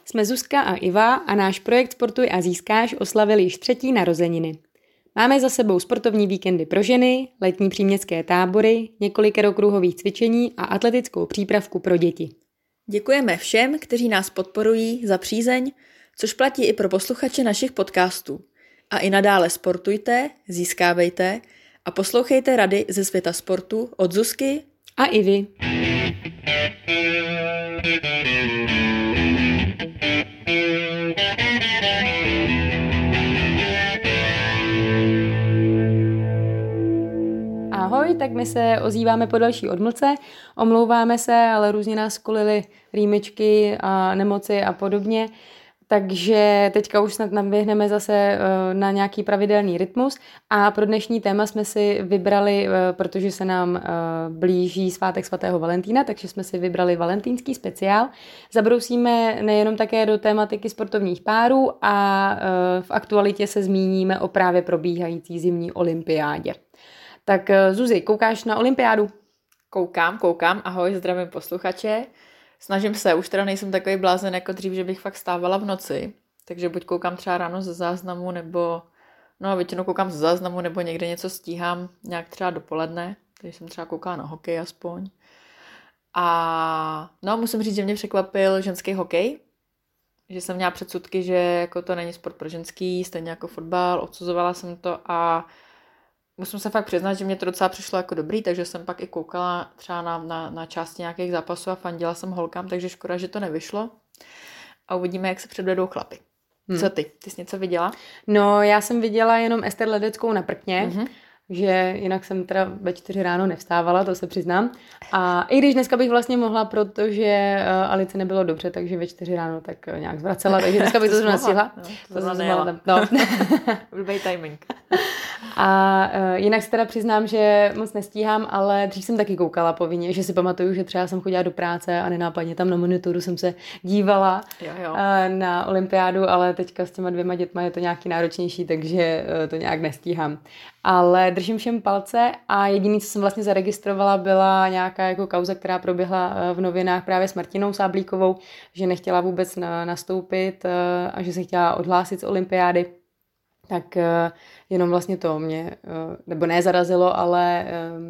Jsme Zuzka a Iva a náš projekt Sportuj a získáš oslavil již 3. narozeniny. Máme za sebou sportovní víkendy pro ženy, letní příměstské tábory, několikero kruhových cvičení a atletickou přípravku pro děti. Děkujeme všem, kteří nás podporují za přízeň, což platí i pro posluchače našich podcastů. A i nadále sportujte, získávejte a poslouchejte rady ze světa sportu od Zuzky a Ivy. Ahoj, tak my se ozýváme po další odmlce, omlouváme se, ale různě nás kolily rýmičky a nemoci a podobně, takže teďka už snad naběhneme zase na nějaký pravidelný rytmus a pro dnešní téma jsme si vybrali, protože se nám blíží svátek svatého Valentína, takže jsme si vybrali valentýnský speciál. Zabrousíme nejenom také do tématiky sportovních párů a v aktualitě se zmíníme o právě probíhající zimní olympiádě. Tak Zuzi, koukáš na olympiádu? Koukám. Ahoj, zdravím posluchače. Snažím se, už teda nejsem takový blázen jako dřív, že bych fakt stávala v noci. Takže buď koukám třeba ráno ze záznamu, nebo většinou koukám ze záznamu, nebo někde něco stíhám nějak třeba dopoledne. Takže jsem třeba koukala na hokej aspoň. A musím říct, že mě překvapil ženský hokej. Že jsem měla předsudky, že jako to není sport pro ženský, stejně jako fotbal, odsuzovala jsem to a musím se fakt přiznat, že mě to docela přišlo jako dobrý, takže jsem pak i koukala třeba na části nějakých zápasů a fandila jsem holkám, takže škoda, že to nevyšlo. A uvidíme, jak se předvedou chlapy. Co ty? Ty jsi něco viděla? No, já jsem viděla jenom Ester Ledeckou na prkně, že jinak jsem teda ve 4 ráno nevstávala, to se přiznám. A i když dneska bych vlastně mohla, protože Alice nebylo dobře, takže ve 4 ráno tak nějak zvracela, takže dneska bych to zrovna stihla. To znamená. No. Blbej timing. A jinak se teda přiznám, že moc nestíhám, ale dřív jsem taky koukala povinně, že si pamatuju, že třeba jsem chodila do práce a nenápadně tam na monitoru jsem se dívala na olympiádu, ale teďka s těma 2 dětma je to nějaký náročnější, takže to nějak nestíhám. Ale držím všem palce a jediný, co jsem vlastně zaregistrovala, byla nějaká jako kauza, která proběhla v novinách právě s Martinou Sáblíkovou, že nechtěla vůbec nastoupit a že se chtěla odhlásit z olympiády. Tak jenom vlastně to mě, nebo ne zarazilo, ale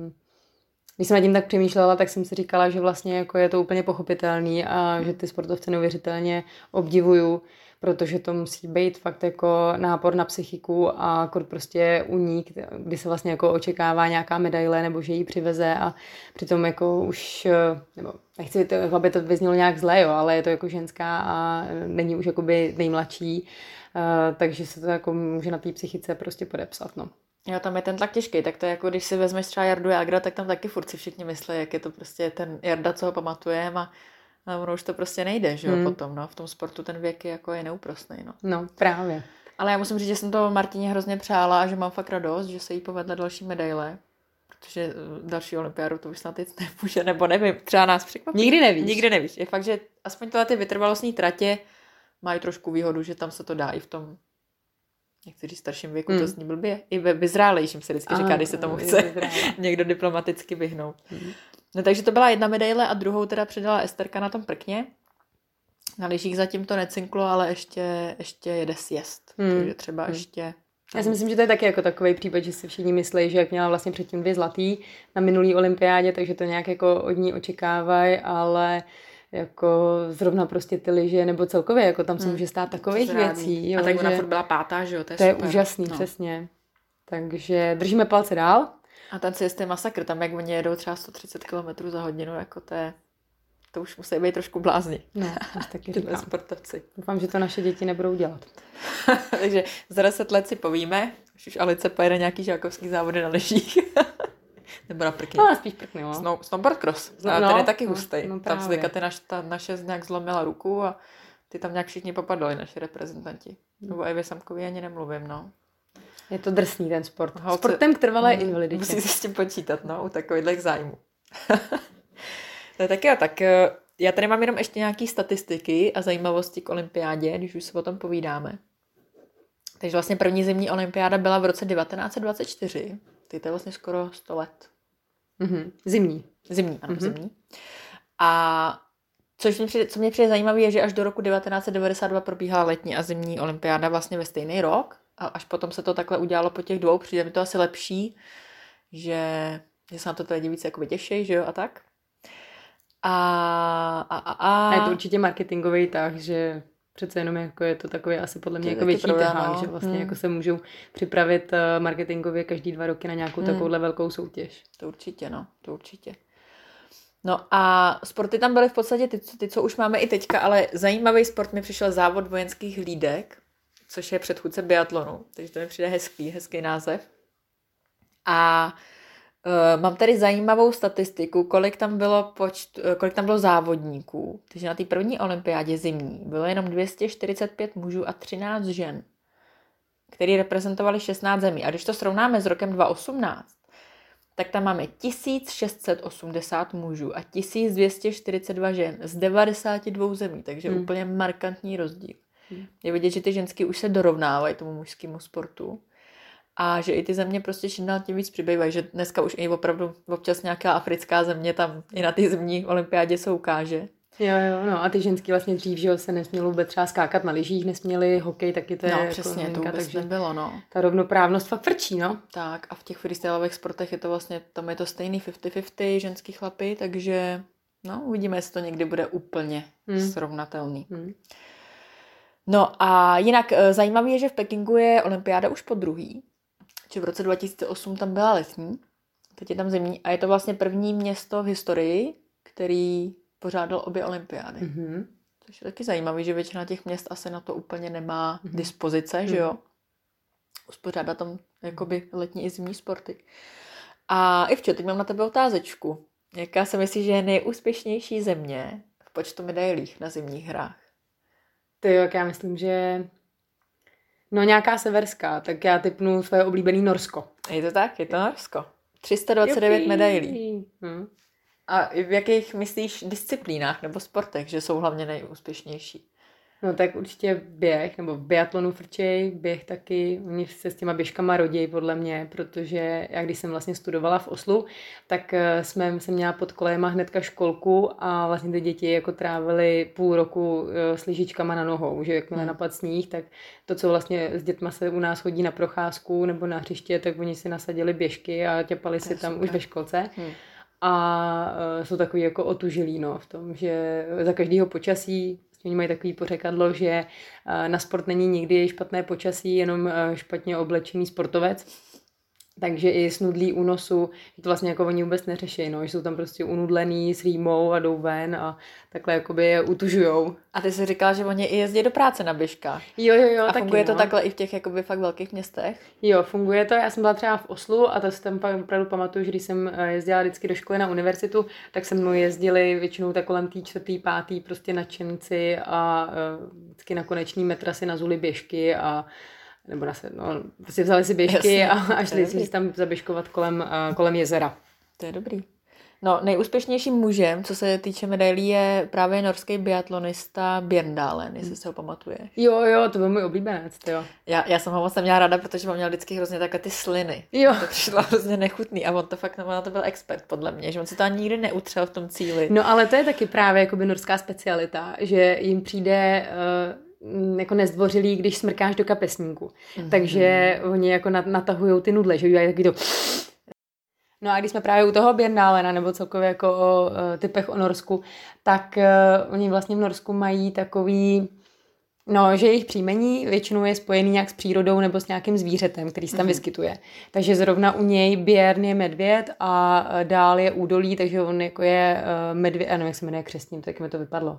když jsem nad tím tak přemýšlela, tak jsem si říkala, že vlastně jako je to úplně pochopitelný a že ty sportovce neuvěřitelně obdivuju, protože to musí být fakt jako nápor na psychiku a kort prostě uník, kdy se vlastně jako očekává nějaká medaile nebo že ji přiveze a přitom jako už, nebo nechci to, aby to vyznělo nějak zlé, ale je to jako ženská a není už jakoby nejmladší, takže se to jako může na té psychice prostě podepsat, no. Jo, tam je ten tlak těžký, tak to je jako když si vezmeš třeba Jardu Jágra, tak tam taky furt si všichni myslí, jak je to prostě ten Jarda, co ho pamatujeme a ono už to prostě nejde, že jo, potom, no, v tom sportu ten věk je neúprosný, no. No, právě. Ale já musím říct, že jsem to Martině hrozně přála a že mám fakt radost, že se jí povedla další medaile, protože další olympiádu to už snad teď nepůjde, nebo nevím, třeba nás překvapí. Nikdy nevíš. Je fakt, že aspoň tohle ty vytrvalostní tratě mají trošku výhodu, že tam se to dá i v tom někteří starším věku, to zní blbě. I ve vyzrálejším se vždycky říká, když se tomu chce někdo diplomaticky vyhnout. No, takže to byla jedna medaile a druhou teda předala Esterka na tom prkně. Na lyžích zatím to necinklo, ale ještě jede sjezd. Takže třeba ještě... Já si myslím, že to je taky jako takový případ, že si všichni myslí, že jak měla vlastně předtím 2 zlatý na minulý olympiádě, takže to nějak jako od ní očekávají, ale jako zrovna prostě ty lyže, nebo celkově, jako tam se může stát takových věcí. Jo, a tak ona furt byla 5. že jo, to je super. super. Úžasný, přesně. Takže držíme palce dál. A ten sjezd je masakr, tam jak oni jedou třeba 130 km za hodinu, jako to už musí být trošku blázni. No, taky říkám. Sportovci. Doufám, že to naše děti nebudou dělat. Takže za 10 let si povíme, už Alice pojede nějaký žákovský závody na lyžích. Nebo na prkně. No, spíš prkně, jo. Snowboard cross. Ten je taky hustý. Tam se ta naše nějak zlomila ruku a ty tam nějak všichni popadali, naši reprezentanti. Nebo Evě Samkový ani nemluvím, no. Je to drsný ten sport. Sportem k trvalé invaliditě. Musí si s tím počítat, no, u takových zájmů. To je taky tak. Já tady mám jenom ještě nějaké statistiky a zajímavosti k olympiádě, když už se o tom povídáme. Takže vlastně první zimní olympiáda byla v roce 1924. To je vlastně skoro 100 let. Zimní. Zimní. A Co mě přijde zajímavé, je, že až do roku 1992 probíhala letní a zimní olympiáda vlastně ve stejný rok a až potom se to takhle udělalo po těch dvou, přijde mi to asi lepší, že se na to ty lidi víc jakoby těší, že jo, a tak. A je to určitě marketingový tah, že přece jenom jako je to takový asi podle mě jako větší tahák, že vlastně jako se můžou připravit marketingově každý 2 roky na nějakou takovouhle velkou soutěž. To určitě, to určitě. No a sporty tam byly v podstatě ty, co už máme i teďka, ale zajímavý sport mi přišel závod vojenských hlídek, což je předchůdce biatlonu, takže to mi přijde hezký název. A mám tady zajímavou statistiku, kolik tam bylo závodníků. Takže na té první olympiádě zimní bylo jenom 245 mužů a 13 žen, který reprezentovali 16 zemí. A když to srovnáme s rokem 2018, tak tam máme 1680 mužů a 1242 žen z 92 zemí, takže úplně markantní rozdíl. Je vidět, že ty ženský už se dorovnávají tomu mužskému sportu. A že i ty země prostě čím dál tím víc přibývají, že dneska už i opravdu občas nějaká africká země tam i na té zimní olympiádě se ukáže. Jo, no a ty ženský vlastně dřív, že se nesmělo vůbec třeba skákat na lyžích, nesměli hokej, taky to je jako přesně, linka, to vůbec nebylo, no. Ta rovnoprávnost fakt frčí, no. Tak a v těch freestyleových sportech je to vlastně, tam je to stejný 50-50 ženský chlapy, takže no, uvidíme, jestli to někdy bude úplně srovnatelný. No a jinak zajímavé je, že v Pekingu je olympiáda už po druhý. Že v roce 2008 tam byla letní, teď je tam zimní a je to vlastně první město v historii, který pořádal obě olympiády. Což je taky zajímavé, že většina těch měst asi na to úplně nemá dispozice, že jo? Uspořádat tam jakoby letní i zimní sporty. A Ivčo, teď mám na tebe otázečku. Jaká si myslíš, že je nejúspěšnější země v počtu medailích na zimních hrách? Já myslím, že no nějaká severská, tak já tipnu své oblíbený Norsko. Je to tak? Je to Norsko. 329 medailí. A v jakých myslíš disciplínách nebo sportech, že jsou hlavně nejúspěšnější? No tak určitě běh, nebo v biatlonu frčej, běh taky, oni se s těma běžkama rodí podle mě, protože já když jsem vlastně studovala v Oslu, tak jsem měla pod kolejema hnedka školku a vlastně ty děti jako trávily půl roku s lyžičkama na nohou, že jakmile napad sníh, tak to, co vlastně s dětma se u nás chodí na procházku nebo na hřiště, tak oni si nasadili běžky a těpali si tam už ve školce. A jsou takový jako otužilí, no, v tom, že za každého počasí oni mají takový pořekadlo, že na sport není nikdy špatné počasí, jenom špatně oblečený sportovec. Takže i s nudlí únosu, to vlastně jako oni vůbec neřeší, no, že jsou tam prostě unudlený s rýmou a jdou ven a takhle jakoby je utužujou. A ty jsi říkala, že oni i jezdí do práce na běžkách. Jo, a taky, funguje to takhle i v těch jakoby fakt velkých městech? Jo, funguje to. Já jsem byla třeba v Oslu a to si tam pak opravdu pamatuju, že když jsem jezdila vždycky do školy na univerzitu, tak se mnou jezdili většinou tak kolem té 4., 5. prostě nadšenci a vždycky na koneční metra si nazuli běžky a nebo prostě vzali si běžky a šli si tam zaběžkovat kolem jezera. To je dobrý. No, nejúspěšnějším mužem, co se týče medailí, je právě norský biatlonista Bjørndalen, jestli se ho pamatuješ. Jo, to byl můj oblíbenec, jo. Já jsem ho moc neměla ráda, protože on měl vždycky hrozně takové ty sliny. Jo. To přišlo hrozně nechutný a on to fakt na to byl expert, podle mě, že on se to ani nikdy neutřel v tom cíli. No, ale to je taky právě jakoby norská specialita, že jim přijde jako nezdvořilý, když smrkáš do kapesníku. Takže oni jako natahujou ty nudle, že udělají taky to. No a když jsme právě u toho Bjørndalena, nebo celkově jako o typech o Norsku, tak oni vlastně v Norsku mají takový, no, že jejich příjmení většinou je spojený nějak s přírodou nebo s nějakým zvířetem, který se tam vyskytuje. Takže zrovna u něj Björn je medvěd a dál je údolí, takže on jako je medvěd, nevím, jak se jmenuje křestním, tak mi to vypadlo.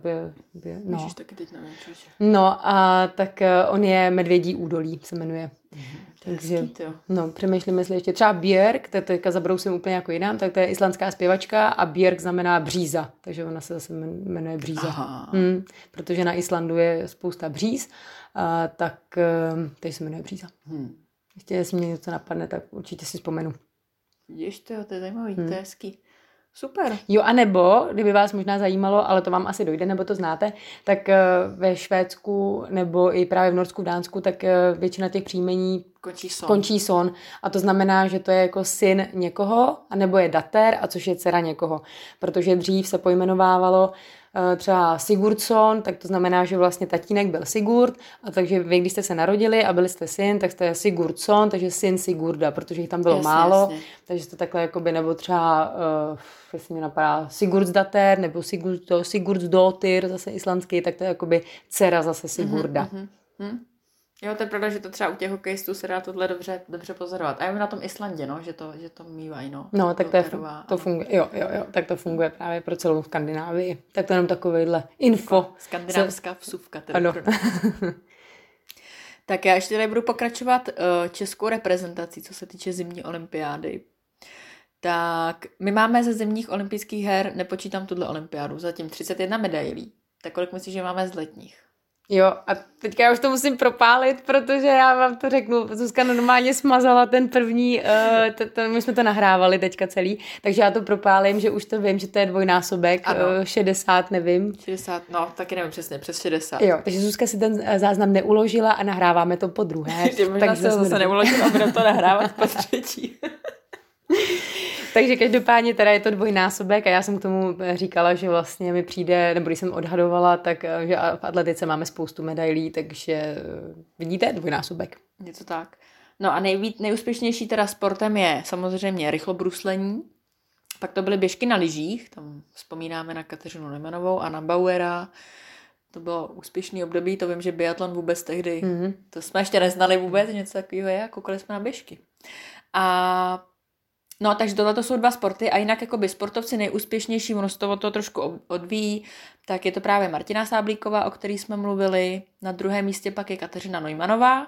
No. Ježiš, taky teď nevím, no a tak on je medvědí údolí, se jmenuje. Takže, no, přemýšlím, jestli ještě třeba Björk, to teďka zabrousím úplně jako jinam, tak to je islandská zpěvačka a Björk znamená bříza, takže ona se zase jmenuje bříza. Protože na Islandu je spousta bříz, tak teď se jmenuje bříza. Ještě jestli mě něco napadne, tak určitě si vzpomenu. Vidíš to je zajímavý, to je hezký. Super. Jo, a nebo, kdyby vás možná zajímalo, ale to vám asi dojde, nebo to znáte, tak ve Švédsku nebo i právě v Norsku, v Dánsku, tak většina těch příjmení končí son. A to znamená, že to je jako syn někoho, anebo je dater, a což je dcera někoho. Protože dřív se pojmenovávalo třeba Sigurdsson, tak to znamená, že vlastně tatínek byl Sigurd, a takže vy, když jste se narodili a byli jste syn, tak jste Sigurdsson, takže syn Sigurda, protože jich tam bylo málo, jasně. Takže to takhle jakoby, nebo třeba, jestli mi napadá, Sigurdsdatter, nebo Sigurdsdóttir, zase islandský, tak to je jakoby dcera zase Sigurda. Jo, to je pravda, že to třeba u těch hokejistů se dá tohle dobře pozorovat. A je na tom Islandě, no, že to mývají, no. No, tak to funguje, jo, tak to funguje právě pro celou Skandinávii. Tak to jenom takovejhle info. Skandinávská vsuvka. Ano. Tak já ještě tady budu pokračovat českou reprezentací, co se týče zimní olympiády. Tak my máme ze zimních olympijských her, nepočítám tuhle olympiádu, zatím 31 medailí. Tak kolik myslíš, že máme z letních? Jo, a teďka já už to musím propálit, protože já vám to řeknu, Zuzka normálně smazala ten první, my jsme to nahrávali teďka celý, takže já to propálím, že už to vím, že to je dvojnásobek, 60, nevím. 60, no, taky nevím přesně, přes 60. Jo, takže Zuzka si ten záznam neuložila a nahráváme to po druhé. Možná se zase neuložila a budeme to nahrávat po třetí. Takže každopádně teda je to dvojnásobek a já jsem k tomu říkala, že vlastně mi přijde, nebo když jsem odhadovala, tak že v atletice máme spoustu medailí, takže vidíte, dvojnásobek. Je to tak. No a nejúspěšnější teda sportem je samozřejmě rychlobruslení, pak to byly běžky na lyžích, tam vzpomínáme na Kateřinu Neumannovou a na Bauera, to bylo úspěšný období, to vím, že biatlon vůbec tehdy, to jsme ještě neznali vůbec, něco takového je, koukali jsme na běžky. A no, takže tohle jsou dva sporty a jinak jakoby sportovci nejúspěšnější, ono se to trošku odvíjí, tak je to právě Martina Sáblíková, o který jsme mluvili, na druhém místě pak je Kateřina Neumannová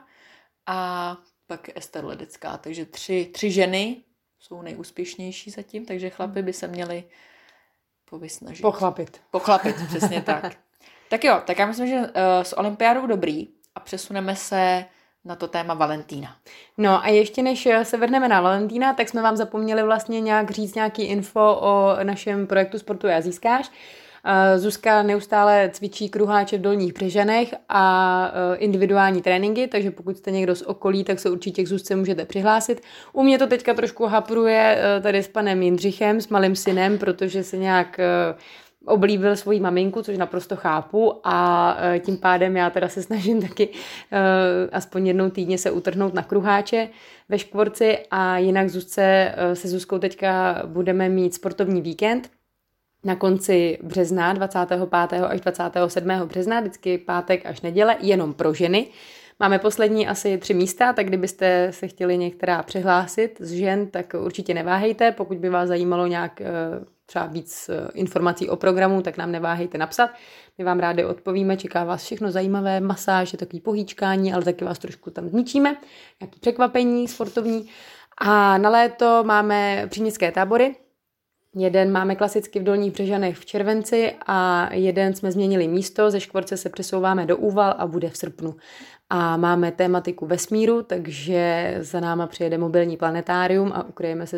a pak Ester Ledecká, takže tři ženy jsou nejúspěšnější zatím, takže chlapi by se měli povysnažit. Pochlapit, přesně tak. Tak jo, tak já myslím, že s olympiádou dobrý a přesuneme se na to téma Valentína. No a ještě než se vrhneme na Valentína, tak jsme vám zapomněli vlastně nějak říct nějaký info o našem projektu Sportuj a získáš. Zuzka neustále cvičí kruháče v Dolních Břežanech a individuální tréninky, takže pokud jste někdo z okolí, tak se určitě k Zuzce můžete přihlásit. U mě to teďka trošku hapruje tady s panem Jindřichem, s malým synem, protože se nějak oblíbil svoji maminku, což naprosto chápu a tím pádem já teda se snažím taky aspoň jednou týdně se utrhnout na kruháče ve Škvorci a jinak se Zuzkou teďka budeme mít sportovní víkend na konci března, 25. až 27. března, vždycky pátek až neděle, jenom pro ženy. Máme poslední asi 3 místa, tak kdybyste se chtěli některá přihlásit z žen, tak určitě neváhejte. Pokud by vás zajímalo nějak třeba víc informací o programu, tak nám neváhejte napsat. My vám rádi odpovíme, čeká vás všechno zajímavé, masáže, takový pohýčkání, ale taky vás trošku tam zničíme, nějaké překvapení sportovní. A na léto máme příměstské tábory. Jeden máme klasicky v Dolních Břežanech v červenci a jeden jsme změnili místo, ze Škvorce se přesouváme do Úval a bude v srpnu. A máme tématiku vesmíru, takže za náma přijede mobilní planetárium a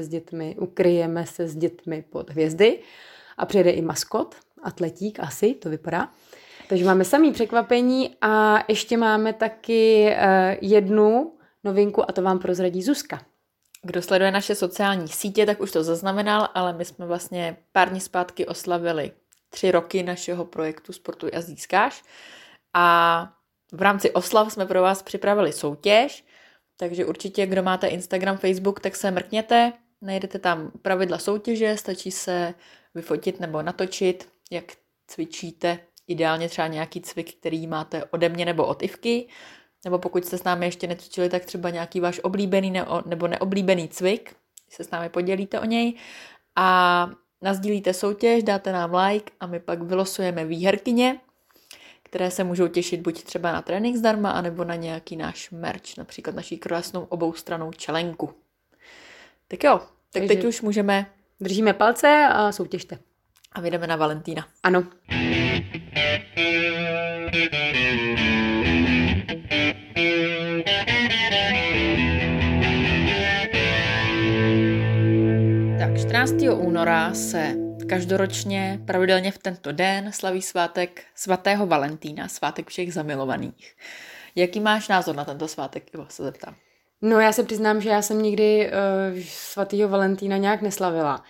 ukryjeme se s dětmi pod hvězdy. A přijede i maskot, atletík asi, to vypadá. Takže máme samý překvapení a ještě máme taky jednu novinku a to vám prozradí Zuzka. Kdo sleduje naše sociální sítě, tak už to zaznamenal, ale my jsme vlastně pár dní zpátky oslavili 3 roky našeho projektu Sportuj a získáš. A v rámci oslav jsme pro vás připravili soutěž, takže určitě, kdo máte Instagram, Facebook, tak se mrkněte, najdete tam pravidla soutěže, stačí se vyfotit nebo natočit, jak cvičíte, ideálně třeba nějaký cvik, který máte ode mě nebo od Ivky, nebo pokud jste s námi ještě necvičili, tak třeba nějaký váš oblíbený nebo neoblíbený cvik, se s námi podělíte o něj a nasdílíte soutěž, dáte nám like a my pak vylosujeme výherkyně, které se můžou těšit buď třeba na trénink zdarma, anebo na nějaký náš merch, například naší krásnou oboustrannou čelenku. Tak jo, tak teď už můžeme... Držíme palce a soutěžte. A vyjdeme na Valentína. Ano. Tak 14. února se každoročně pravidelně v tento den slaví svátek svatého Valentína, svátek všech zamilovaných. Jaký máš názor na tento svátek, Ivo, se zeptám? No já se přiznám, že já jsem nikdy svatého Valentína nějak neslavila.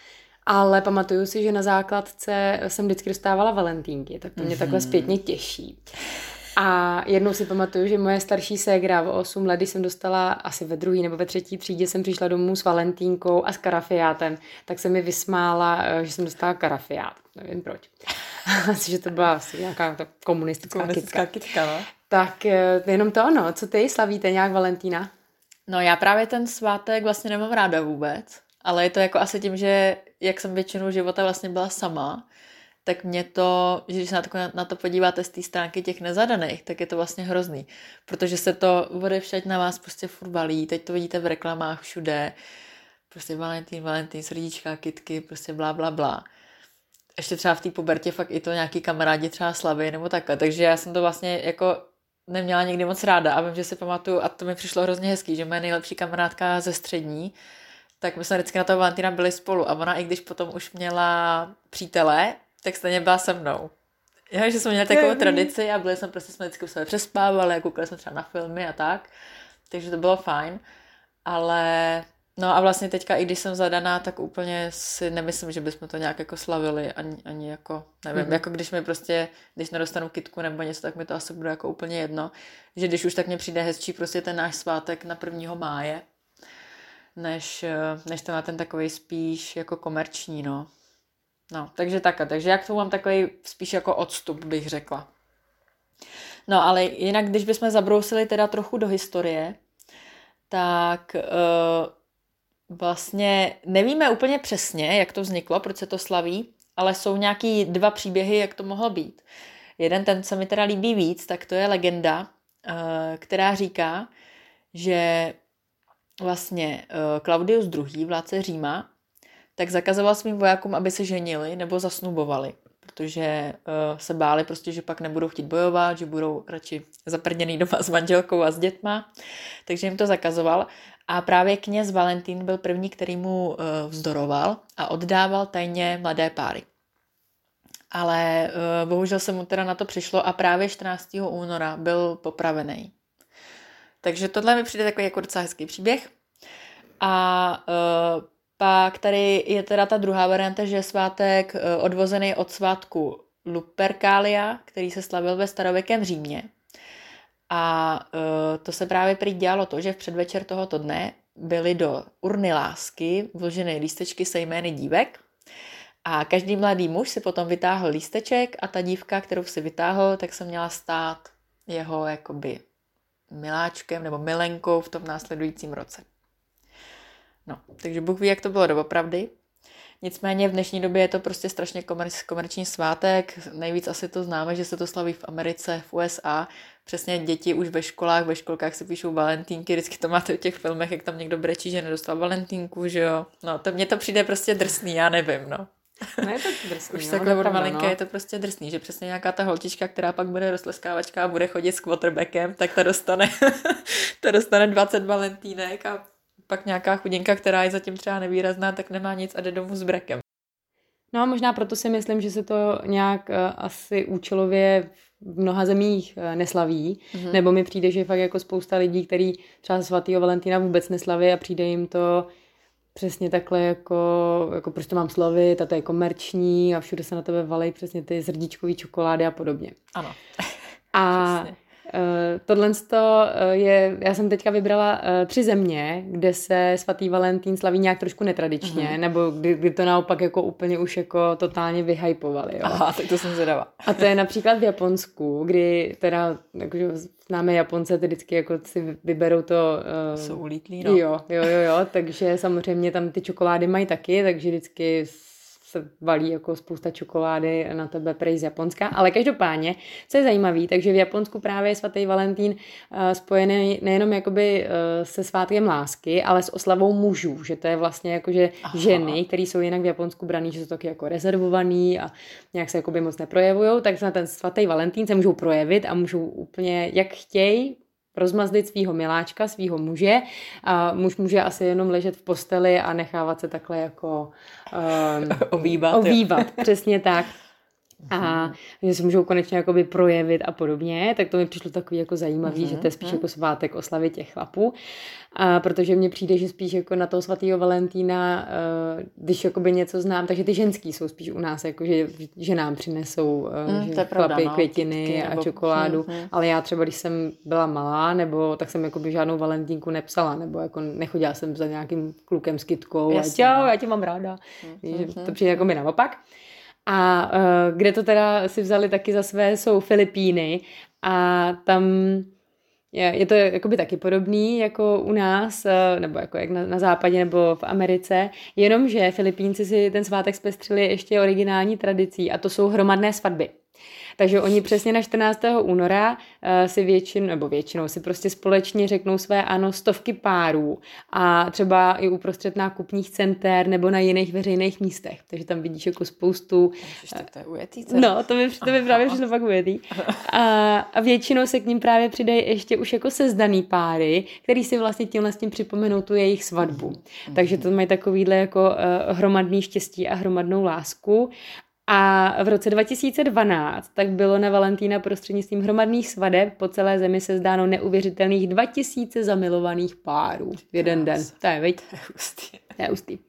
Ale pamatuju si, že na základce jsem vždycky dostávala valentínky, tak to mě takhle zpětně těší. A jednou si pamatuju, že moje starší ségra o 8 let, když jsem dostala asi ve 2. nebo ve 3. třídě, jsem přišla domů s valentínkou a s karafiátem, tak se mi vysmála, že jsem dostala karafiát. Nevím proč. Asi, že to byla asi nějaká ta komunistická kytka. No? Tak jenom to ono. Co ty, slavíte nějak Valentína? No já právě ten svátek vlastně nemám ráda vůbec, ale je to jako asi tím, že jak jsem většinu života vlastně byla sama, tak mě to, že když se na to podíváte z té stránky těch nezadaných, tak je to vlastně hrozný, protože se to odevšať na vás prostě furt valí, teď to vidíte v reklamách všude, prostě Valentín, srdíčka, kytky, prostě blá, blá, blá. Ještě třeba v té pubertě fakt i to nějaký kamarádi třeba slaví nebo takhle, takže já jsem to vlastně jako neměla nikdy moc ráda a vím, že si pamatuju, a to mi přišlo hrozně hezký, že moje nejlepší kamarádka ze střední, tak my jsme vždycky na toho Valentína byli spolu a ona i když potom už měla přítele, tak stejně byla se mnou. Já, že jsme měli takovou tradici a byli jsme prostě, jsme vždycky u sebe přespávali a koukali jsme třeba na filmy a tak, takže to bylo fajn, ale no a vlastně teďka, i když jsem zadaná, tak úplně si nemyslím, že bychom to nějak jako slavili, ani jako, nevím, jako když nedostanu kytku nebo něco, tak mi to asi bude jako úplně jedno, že když už tak mně přijde hezčí prostě ten náš svátek na 1. máje, než ten takovej spíš jako komerční, no. No, takže já k tomu mám takový spíš jako odstup, bych řekla. No, ale jinak, když bychom zabrousili teda trochu do historie, tak vlastně nevíme úplně přesně, jak to vzniklo, proč se to slaví, ale jsou nějaký 2 příběhy, jak to mohlo být. Jeden, ten se mi teda líbí víc, tak to je legenda, která říká, že vlastně Claudius II., vládce Říma, tak zakazoval svým vojákům, aby se ženili nebo zasnubovali, protože se báli prostě, že pak nebudou chtít bojovat, že budou radši zaprděný doma s manželkou a s dětma, takže jim to zakazoval. A právě kněz Valentín byl první, který mu vzdoroval a oddával tajně mladé páry. Ale bohužel se mu teda na to přišlo a právě 14. února byl popravený. Takže tohle mi přijde takový jako docela hezký příběh. A pak tady je teda ta druhá varianta, že je svátek odvozený od svátku Lupercalia, který se slavil ve starověkém Římě. A to se právě prý dělalo to, že v předvečer tohoto dne byly do urny lásky vloženy lístečky se jmény dívek a každý mladý muž si potom vytáhl lísteček a ta dívka, kterou si vytáhl, tak se měla stát jeho jakoby miláčkem nebo milenkou v tom následujícím roce. No, takže Bůh ví, jak to bylo doopravdy. Nicméně v dnešní době je to prostě strašně komerční svátek. Nejvíc asi to známe, že se to slaví v Americe, v USA. Přesně děti už ve školkách si píšou valentínky. Vždycky to máte v těch filmech, jak tam někdo brečí, že nedostal valentínku, že jo. No, to mně to přijde prostě drsný, já nevím, no. No je to drsný. Už takhle od malinka je to prostě drsný, že přesně nějaká ta holčička, která pak bude rozleskávačka a bude chodit s quarterbackem, tak ta dostane 20 valentínek a pak nějaká chudinka, která je zatím třeba nevýrazná, tak nemá nic a jde domů s brekem. No a možná proto si myslím, že se to nějak asi účelově v mnoha zemích neslaví, nebo mi přijde, že je fakt jako spousta lidí, kteří třeba svatýho Valentína vůbec neslaví a přijde jim to přesně takhle jako prostě mám slavit a to je komerční a všude se na tebe valej přesně ty srdíčkový čokolády a podobně. Ano. A tohle je, já jsem teďka vybrala 3 země, kde se svatý Valentín slaví nějak trošku netradičně, nebo kdy to naopak jako úplně už jako totálně vyhypovali. Jo. Aha, tak to jsem zvědavá. A to je například v Japonsku, kdy teda, jakože známe Japonce, ty vždycky jako si vyberou to... Jsou ulítlí, no. Jo, takže samozřejmě tam ty čokolády mají taky, takže vždycky se valí jako spousta čokolády na tebe prej z Japonska, ale každopádně, co je zajímavý, takže v Japonsku právě je svatý Valentín spojený nejenom jakoby se svátkem lásky, ale s oslavou mužů, že to je vlastně jakože ženy, které jsou jinak v Japonsku braný, že jsou taky jako rezervovaný a nějak se jakoby moc neprojevujou, tak na ten svatý Valentín se můžou projevit a můžou úplně jak chtějí rozmazlit svýho miláčka, svýho muže a muž může asi jenom ležet v posteli a nechávat se takhle jako obývat. Přesně tak. a že se můžou konečně jakoby projevit a podobně, tak to mi přišlo takový jako zajímavý, že to je spíš jako svátek oslavy těch chlapů. A protože mně přijde, že spíš jako na toho svatého Valentína, když jakoby něco znám, takže ty ženský jsou spíš u nás, jako že nám přinesou že chlapy, no, květiny a čokoládu, ale já třeba, když jsem byla malá, nebo tak jsem jakoby žádnou valentínku nepsala, nebo jako nechodila jsem za nějakým klukem s kytkou a čau, já tě mám ráda. To přijde jako mi naopak. A kde to teda si vzali taky za své, jsou Filipíny a tam je to jakoby taky podobný jako u nás, nebo jako jak na západě nebo v Americe, jenomže Filipínci si ten svátek zpestřili ještě originální tradicí a to jsou hromadné svatby. Takže oni přesně na 14. února si většinou si prostě společně řeknou své ano stovky párů a třeba i uprostřed nákupních center nebo na jiných veřejných místech. Takže tam vidíš jako spoustu... To je ujetý. No, to mi právě přišlo fakt ujetý. A většinou se k ním právě přidají ještě už jako sezdaný páry, který si vlastně tímhle s tím připomenou tu jejich svatbu. Takže to mají takovýhle jako hromadný štěstí a hromadnou lásku. A v roce 2012 tak bylo na Valentína prostřednictvím hromadných svadeb po celé zemi sezdáno neuvěřitelných 2000 zamilovaných párů v jeden den. To je, viď? To je hustý.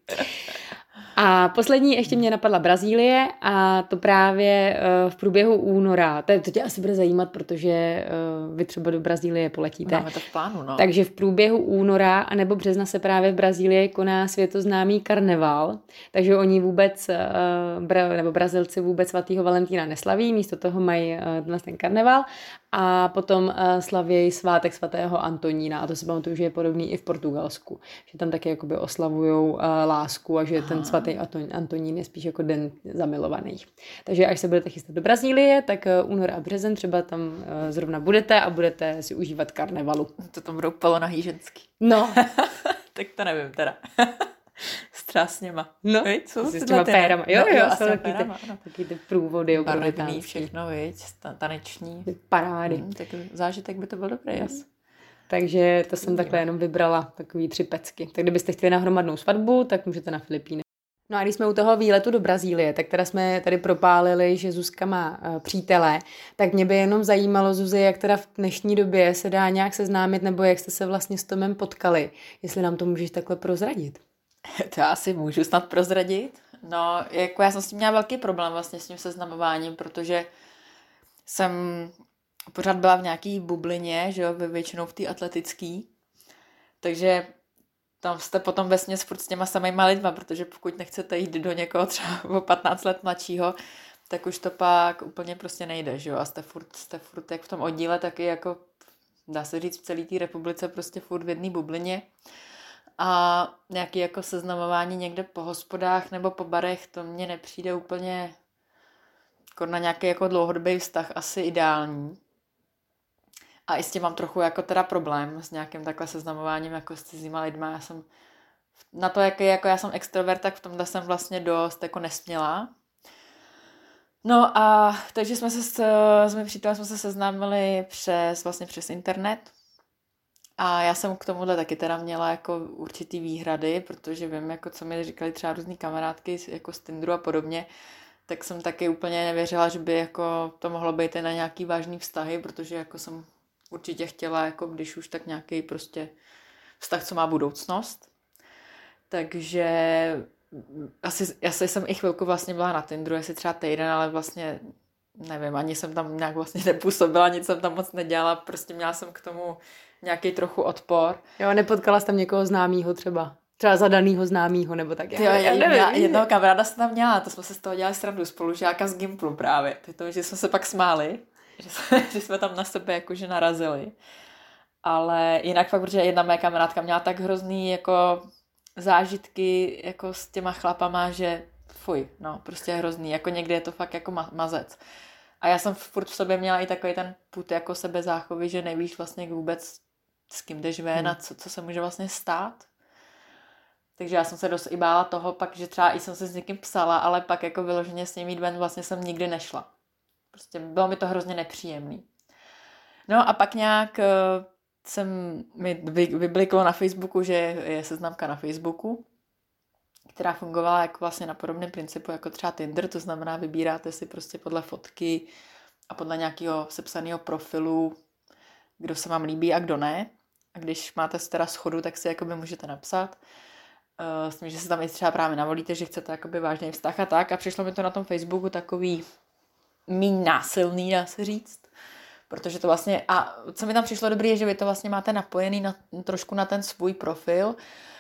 A poslední ještě mě napadla Brazílie a to právě v průběhu února. To tě asi bude zajímat, protože vy třeba do Brazílie poletíte. Máme to v plánu, no. Takže v průběhu února a nebo března se právě v Brazílii koná světoznámý karneval. Takže oni vůbec, nebo Brazilci vůbec svatýho Valentína neslaví, místo toho mají ten karneval a potom slavějí svátek svatého Antonína a to si pamatuju, že je podobný i v Portugalsku. Že tam taky jakoby oslavujou lásku a že ten svatý Antonín je spíš jako den zamilovaných. Takže až se budete chystat do Brazílie, tak únor a březen třeba tam zrovna budete a budete si užívat karnevalu. To tam budou polonahý ženský. No. Tak to nevím teda. S třásněma. No, s těma pérama. Jo, jsou taky ty průvody. Barevný všechno, viď? Taneční. Parády. Tak zážitek by to byl dobrý. Yes. Takže to jsem takhle jenom vybrala, takový 3 pecky. Tak kdybyste chtěli na hromadnou svatbu, tak můžete na Filipíny. No a když jsme u toho výletu do Brazílie, tak teda jsme tady propálili, že Zuzka má přítele, tak mě by jenom zajímalo, Zuzi, jak teda v dnešní době se dá nějak seznámit, nebo jak jste se vlastně s Tomem potkali, jestli nám to můžeš takhle prozradit. To já asi můžu snad prozradit. No, jako já jsem s tím měla velký problém vlastně s tím seznamováním, protože jsem pořád byla v nějaký bublině, že jo, většinou v té atletický, takže tam jste potom vesměs furt s těma samýma lidma, protože pokud nechcete jít do někoho třeba o 15 let mladšího, tak už to pak úplně prostě nejde, že jo, a jste furt jak v tom oddíle, taky jako, dá se říct, v celé té republice prostě furt v jedné bublině. A nějaké jako seznamování někde po hospodách nebo po barech, to mně nepřijde úplně jako na nějaký jako dlouhodobý vztah asi ideální. A i s tím mám trochu jako teda problém s nějakým takhle seznamováním jako s cizíma lidma. Já jsem na to, jaký jako já jsem extrovert, tak v tomhle jsem vlastně dost jako nesmělá. No a takže jsme se s mým přítelem jsme se seznámili přes internet. A já jsem k tomuhle taky teda měla jako určitý výhrady, protože vím, jako co mi říkali třeba různý kamarádky jako z Tinderu a podobně, tak jsem taky úplně nevěřila, že by jako to mohlo být i na nějaký vážný vztahy, protože jako jsem určitě chtěla, jako když už tak nějaký prostě vztah, co má budoucnost. Takže asi jsem i chvilku vlastně byla na Tinderu, asi třeba týden, ale vlastně nevím, ani jsem tam nějak vlastně nepůsobila, nic jsem tam moc nedělala, prostě měla jsem k tomu nějaký trochu odpor. Jo, nepotkala jsi tam někoho známýho třeba zadanýho známýho, nebo tak. Jo, já jednoho kamaráda jsem tam měla, to jsme se z toho dělali srandu, spolužáka z Gimplu právě. To, že jsme se pak smáli, že jsme tam na sebe jakože narazili. Ale jinak fakt, protože jedna moje kamarádka měla tak hrozný jako zážitky jako s těma chlapama, že fuj, no, prostě hrozný. Jako někdy je to fakt jako mazec. A já jsem furt v sobě měla i takový ten put jako sebezáchovy, že nevíš vlastně vůbec, s kým jdeš ven a co se může vlastně stát. Takže já jsem se dost i bála toho pak, že třeba i jsem se s někým psala, ale pak jako vyloženě s ním jít ven vlastně jsem nikdy nešla. Prostě bylo mi to hrozně nepříjemný. No a pak nějak mi vybliklo na Facebooku, že je seznamka na Facebooku, která fungovala jako vlastně na podobném principu jako třeba Tinder, to znamená vybíráte si prostě podle fotky a podle nějakého sepsaného profilu, kdo se vám líbí a kdo ne. A když máte teda shodu, tak si jakoby můžete napsat. S tím, že se tam i třeba právě navolíte, že chcete jakoby vážný vztah a tak. A přišlo mi to na tom Facebooku takový míň násilný, dá se říct. Protože to vlastně, a co mi tam přišlo dobrý, je, že vy to vlastně máte napojený trošku na ten svůj profil,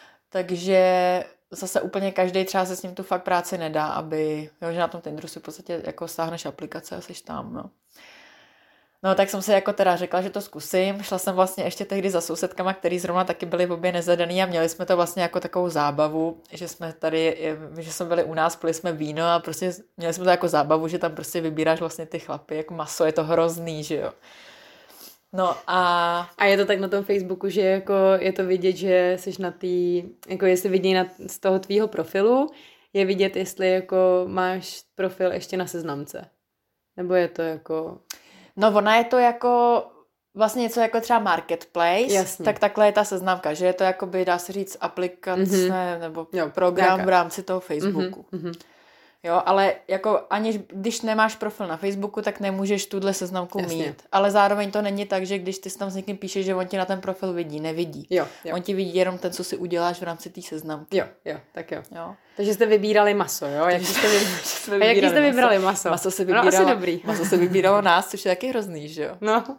takže zase úplně každý třeba se s ním tu fakt práci nedá, aby, jo, že na tom Tinderu si v podstatě jako stáhneš aplikace a seš tam, no. No, tak jsem si jako teda řekla, že to zkusím. Šla jsem vlastně ještě tehdy za sousedkama, který zrovna taky byli obě nezadaný a měli jsme to vlastně jako takovou zábavu, že jsme tady, že jsme byli u nás, pili jsme víno a prostě měli jsme to jako zábavu, že tam prostě vybíráš vlastně ty chlapy, jako maso, je to hrozný, že jo. No a je to tak na tom Facebooku, že jako je to vidět, že jsi na tý, jako jestli vidí z toho tvýho profilu, je vidět, jestli jako máš profil ještě na seznamce. Nebo je to jako... No ona je to jako vlastně něco jako třeba marketplace, jasně. Tak takhle je ta seznamka, že je to jakoby, dá se říct, aplikace nebo program v rámci toho Facebooku. Jo, ale jako když nemáš profil na Facebooku, tak nemůžeš tuhle seznamku mít. Ale zároveň to není tak, že když ty tam s někým píšeš, že on ti na ten profil vidí, nevidí. Jo. On ti vidí jenom ten, co si uděláš v rámci té seznamky. Jo, tak jo. Takže jste vybírali maso, jo? Jak jste vybrali maso? Maso se vybíralo nás, což je taky hrozný, že jo?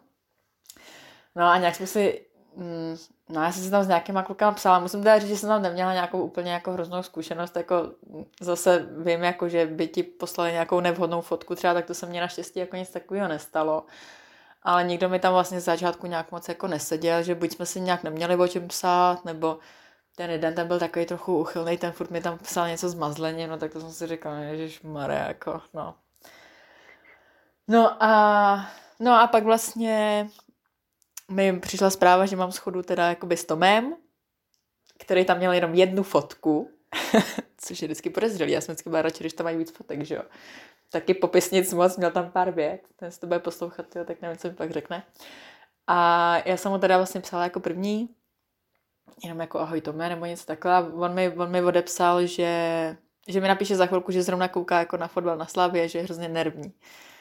No a nějak jsme si... No, já jsem si tam s nějakýma klukama psala, musím teda říct, že jsem tam neměla nějakou úplně jako hroznou zkušenost, jako zase vím, jako, že by ti poslali nějakou nevhodnou fotku třeba, tak to se mně naštěstí jako nic takového nestalo. Ale nikdo mi tam vlastně z začátku nějak moc jako neseděl, že buď jsme si nějak neměli o čem psát, nebo ten jeden ten byl takový trochu uchylnej, ten furt mi tam psal něco zmazleně, no tak to jsem si říkala, ježišmarja, jako, no. No a pak vlastně... mi přišla zpráva, že mám shodu teda jakoby s Tomem, který tam měl jenom jednu fotku, což je vždycky podezřelý. Já jsem vždycky byla radši, když tam mají víc fotek, že jo. Taky popis nic moc, měl tam pár vět. Ten se to bude poslouchat, jo, tak nevím, co mi pak řekne. A já jsem mu teda vlastně psala jako první, jenom jako ahoj Tome, nebo něco takhle. A on mi odepsal, že mi napíše za chvilku, že zrovna kouká jako na fotbal na Slavii, že je hrozně nervní.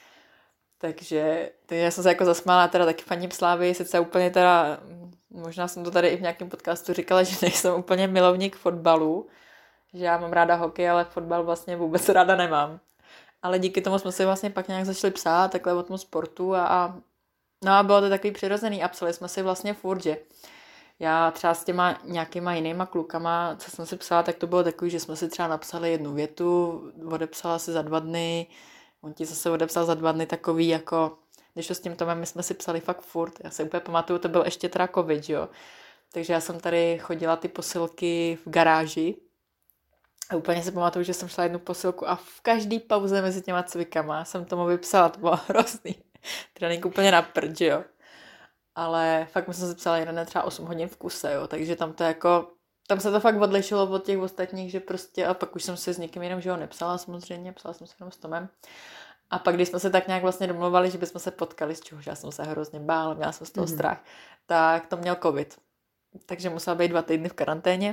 Takže já jsem se jako zasmála teda taky faním Slávy, sice úplně teda, možná jsem to tady i v nějakém podcastu říkala, že nejsem úplně milovník fotbalu, že já mám ráda hokej, ale fotbal vlastně vůbec ráda nemám. Ale díky tomu jsme si vlastně pak nějak začali psát takhle o tom sportu a bylo to takový přirozený a psali jsme si vlastně furt, že já třeba s těma nějakýma jinýma klukama, co jsem si psala, tak to bylo takový, že jsme si třeba napsali jednu větu, odepsala si za 2 dny, on ti zase odepsal za 2 dny takový, jako, když to s tím Tomem, my jsme si psali fakt furt. Já se úplně pamatuju, to byl ještě teda covid, jo. Takže já jsem tady chodila ty posilky v garáži a úplně si pamatuju, že jsem šla jednu posilku a v každý pauze mezi těma cvikama jsem tomu vypsala, to bylo hrozný. Teda není úplně na prd, jo. Ale fakt my jsme si psali jeden třeba 8 hodin v kuse, jo. Takže tam to jako... Tam se to fakt odlišilo od těch ostatních, že prostě, a pak už jsem se s někým jiným, že ho nepsala samozřejmě, psala jsem se jenom s Tomem. A pak, když jsme se tak nějak vlastně domluvali, že bychom se potkali, z čehož já jsem se hrozně bála, měla jsem z toho strach, tak to měl covid. Takže musela být 2 týdny v karanténě.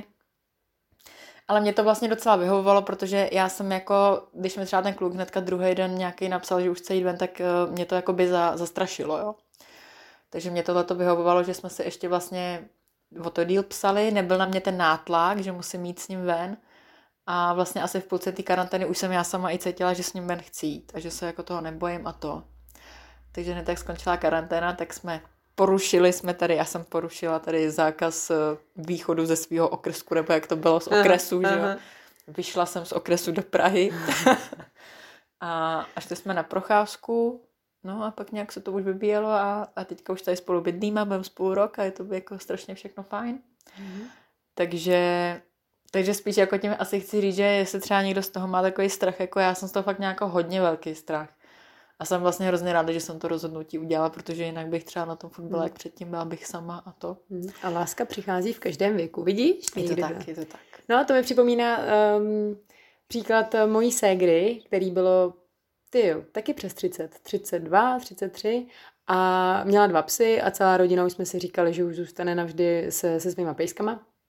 Ale mě to vlastně docela vyhovovalo, protože já jsem jako, když mi třeba ten kluk hnedka druhý den nějaký napsal, že už chce jít ven, tak mě to jako by zastrašilo, jo. Takže mě tohleto vyhovovalo, že jsme si ještě vlastně o to díl psali, nebyl na mě ten nátlak, že musím jít s ním ven a vlastně asi v půlce té karantény už jsem já sama i cítila, že s ním ven chci jít a že se jako toho nebojím a to. Takže hned tak skončila karanténa, tak já jsem porušila tady zákaz východu ze svého okresku, nebo jak to bylo z okresu, že jo. Vyšla jsem z okresu do Prahy a šli jsme na procházku. No a pak nějak se to už vybíjelo a teďka už tady spolu bydlíme, budeme spolu rok a je to jako strašně všechno fajn. Takže spíš jako tím asi chci říct, že jestli třeba někdo z toho má takový strach, jako já jsem z toho fakt nějak hodně velký strach. A jsem vlastně hrozně ráda, že jsem to rozhodnutí udělala, protože jinak bych třeba na tom furt byla jak předtím, byla bych sama a to. A láska přichází v každém věku, vidíš? Je to tak. No a to mi připomíná příklad mojí ségry, který bylo taky přes 30, 32, 33 a měla 2 psy a celá rodina už jsme si říkali, že už zůstane navždy se svýma pejskama.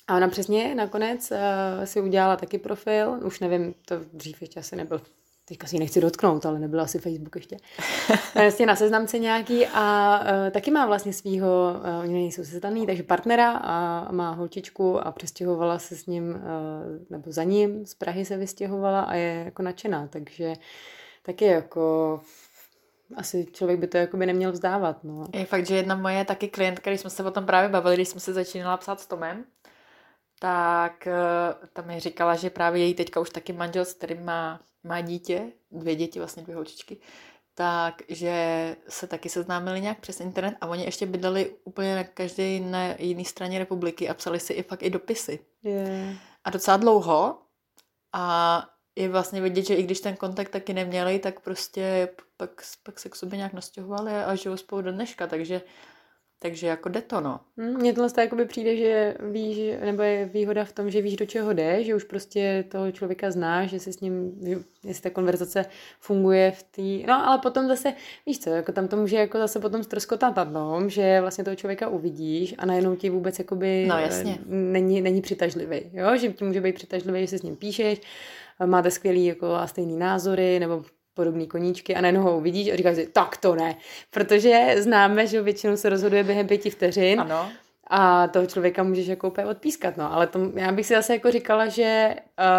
A ona přesně nakonec si udělala taky profil, už nevím, to dřív ještě asi nebyl, teďka si ji nechci dotknout, ale nebyl asi Facebook ještě. Vlastně na seznamce nějaký a taky má vlastně svýho, oni nejsou sezdaný, takže partnera a má holčičku a přestěhovala se s ním, nebo za ním, z Prahy se vystěhovala a je jako nadšená, takže taky jako asi člověk by to jakoby neměl vzdávat. No. Je fakt, že jedna moje taky klientka, když jsme se o tom právě bavili, když jsme se začínala psát s Tomem, tak tam mi říkala, že právě její teďka už taky manžel, s kterým má dítě, 2 děti, vlastně 2 holčičky, takže se taky seznámili nějak přes internet a oni ještě bydleli úplně na každé jiné straně republiky a psali si i fakt i dopisy. Yeah. A docela dlouho a je vlastně vidět, že i když ten kontakt taky neměli, tak prostě pak se k sobě nějak nastěhovali a žijou spolu do dneška, takže jako jde to, no. Mně tohle jakoby přijde, že víš, nebo je výhoda v tom, že víš, do čeho jde, že už prostě toho člověka znáš, že si s ním, jestli ta konverzace funguje v té, no ale potom zase, víš co, jako tam to může jako zase potom ztroskotat na tom, že vlastně toho člověka uvidíš a najednou ti vůbec jakoby no, jasně. Není přitažlivý, jo, že ti může být přitažlivý, že si s ním píšeš, máte skvělý jako a stejný názory, nebo podobný koníčky a najednou ho uvidíš a říkáš si, tak to ne, protože známe, že většinou se rozhoduje během 5 vteřin ano. A toho člověka můžeš jako úplně odpískat, no, ale já bych si zase jako říkala, že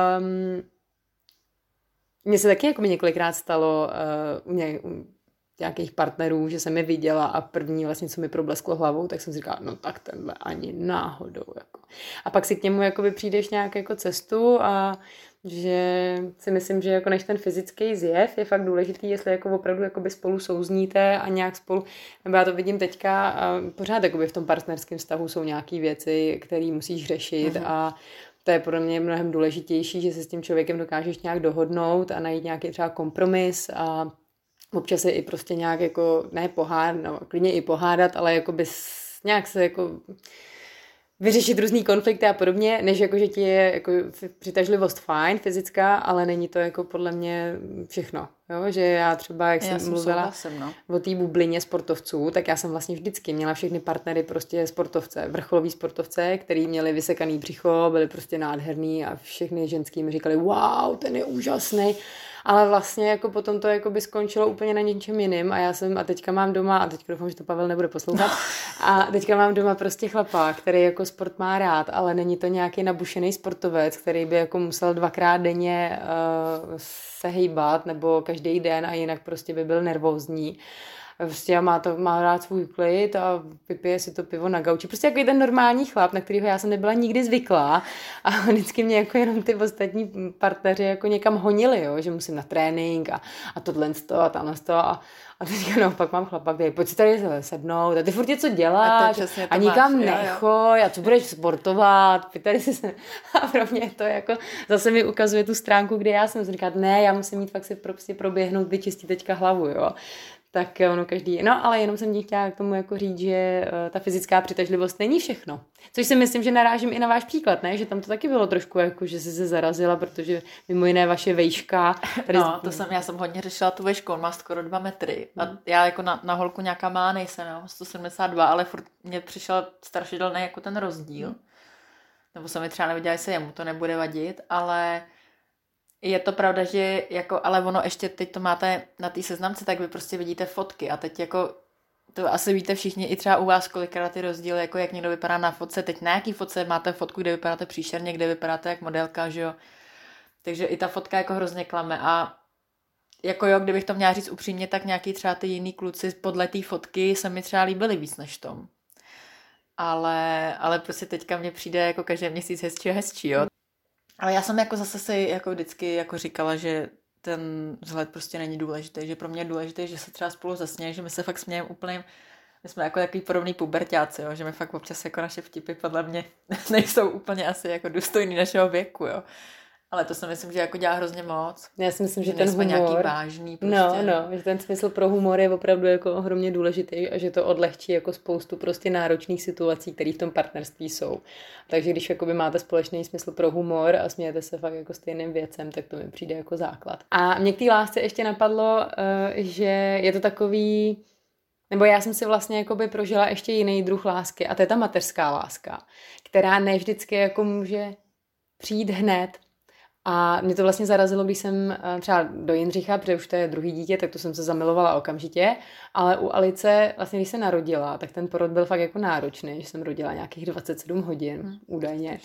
mně se taky jako by několikrát stalo u nějakých partnerů, že jsem je viděla a první vlastně, co mi problesklo hlavou, tak jsem si říkala, no tak tenhle ani náhodou, jako. A pak si k němu jakoby přijdeš nějak jako cestu a že si myslím, že jako než ten fyzický zjev je fakt důležitý, jestli jako opravdu jakoby spolu souzníte a nějak spolu, nebo já to vidím teďka a pořád jakoby v tom partnerském vztahu jsou nějaký věci, které musíš řešit a to je pro mě mnohem důležitější, že se s tím člověkem dokážeš nějak dohodnout a najít nějaký třeba kompromis a občas se i prostě nějak jako, ne pohádat, no, klidně i pohádat, ale jakoby nějak se jako vyřešit různý konflikty a podobně, než jako, že ti je jako přitažlivost fajn, fyzická, ale není to jako podle mě všechno. Jo? Že já třeba, jak jsem mluvila o té bublině sportovců, tak já jsem vlastně vždycky měla všechny partnery prostě sportovce, vrcholový sportovce, který měli vysekaný břicho, byli prostě nádherný a všechny ženský mi říkali, wow, ten je úžasný. Ale vlastně jako potom to jako by skončilo úplně na něčem jiným a teďka mám doma, a teďka doufám, že to Pavel nebude poslouchat, a teďka mám doma prostě chlapa, který jako sport má rád, ale není to nějaký nabušený sportovec, který by jako musel 2krát denně se hejbat nebo každý den a jinak prostě by byl nervózní. Prostě má rád svůj klid a vypije si to pivo na gauči. Prostě jako ten normální chlap, na kterýho já jsem nebyla nikdy zvyklá a vždycky mě jako jenom ty ostatní partneři jako někam honili, jo? Že musím na trénink a tohle a tamhle a teďka naopak mám chlapa, který pojď si tady sednout a ty furt něco děláš a nikam nechoj a co budeš sportovat, tady si a pro mě to jako zase mi ukazuje tu stránku, kde já jsem říkat, ne, já musím mít fakt si prostě proběhnout, vyčistit teďka hlavu, jo. Tak ono každý, no ale jenom jsem ti chtěla k tomu jako říct, že ta fyzická přitažlivost není všechno. Což si myslím, že narážím i na váš příklad, ne? Že tam to taky bylo trošku jako, že jsi se zarazila, protože mimo jiné vaše vejška. No, já jsem hodně řešila tu vejšku, on má skoro 2 metry. A já jako na holku nějaká má nejsem, jo, 172, ale furt mě přišel strašidelný jako ten rozdíl. Nebo jsem mi třeba nevěděla, jestli jemu to nebude vadit, ale je to pravda, že jako, ale ono ještě teď to máte na té seznamce, tak vy prostě vidíte fotky a teď jako to asi víte všichni i třeba u vás kolikrát ty rozdíly, jako jak někdo vypadá na fotce, teď na jaký fotce máte fotku, kde vypadáte příšerně, kde vypadáte jak modelka, že jo, takže i ta fotka jako hrozně klame a jako jo, kdybych to měla říct upřímně, tak nějaký třeba ty jiný kluci podle té fotky se mi třeba líbily víc než tom, ale prostě teďka mně přijde jako každý měsíc hezčí a hezčí, jo. Ale já jsem jako zase si jako vždycky jako říkala, že ten vzhled prostě není důležitý, že pro mě je důležité, že se třeba spolu zasměje, že my se fakt smějeme úplně, my jsme jako takový podobný puberťáci, jo, že my fakt občas jako naše vtipy podle mě nejsou úplně asi jako důstojný našeho věku, jo. Ale to si myslím, že jako dělá hrozně moc. Já si myslím, že ten humor, nějaký vážný prostě. No, že ten smysl pro humor je opravdu jako ohromně důležitý a že to odlehčí jako spoustu prostě náročných situací, které v tom partnerství jsou. Takže když jakoby máte společný smysl pro humor a smějete se fakt jako stejným věcem, tak to mi přijde jako základ. A mě k té lásce ještě napadlo, že je to takový Nebo já jsem si vlastně jakoby prožila ještě jiný druh lásky a to je ta mateřská láska, která ne vždycky jako může přijít hned. A mě to vlastně zarazilo, když jsem třeba do Jindřicha, protože už to je druhý dítě, tak to jsem se zamilovala okamžitě, ale u Alice, vlastně když se narodila, tak ten porod byl fakt jako náročný, že jsem rodila nějakých 27 hodin, údajně.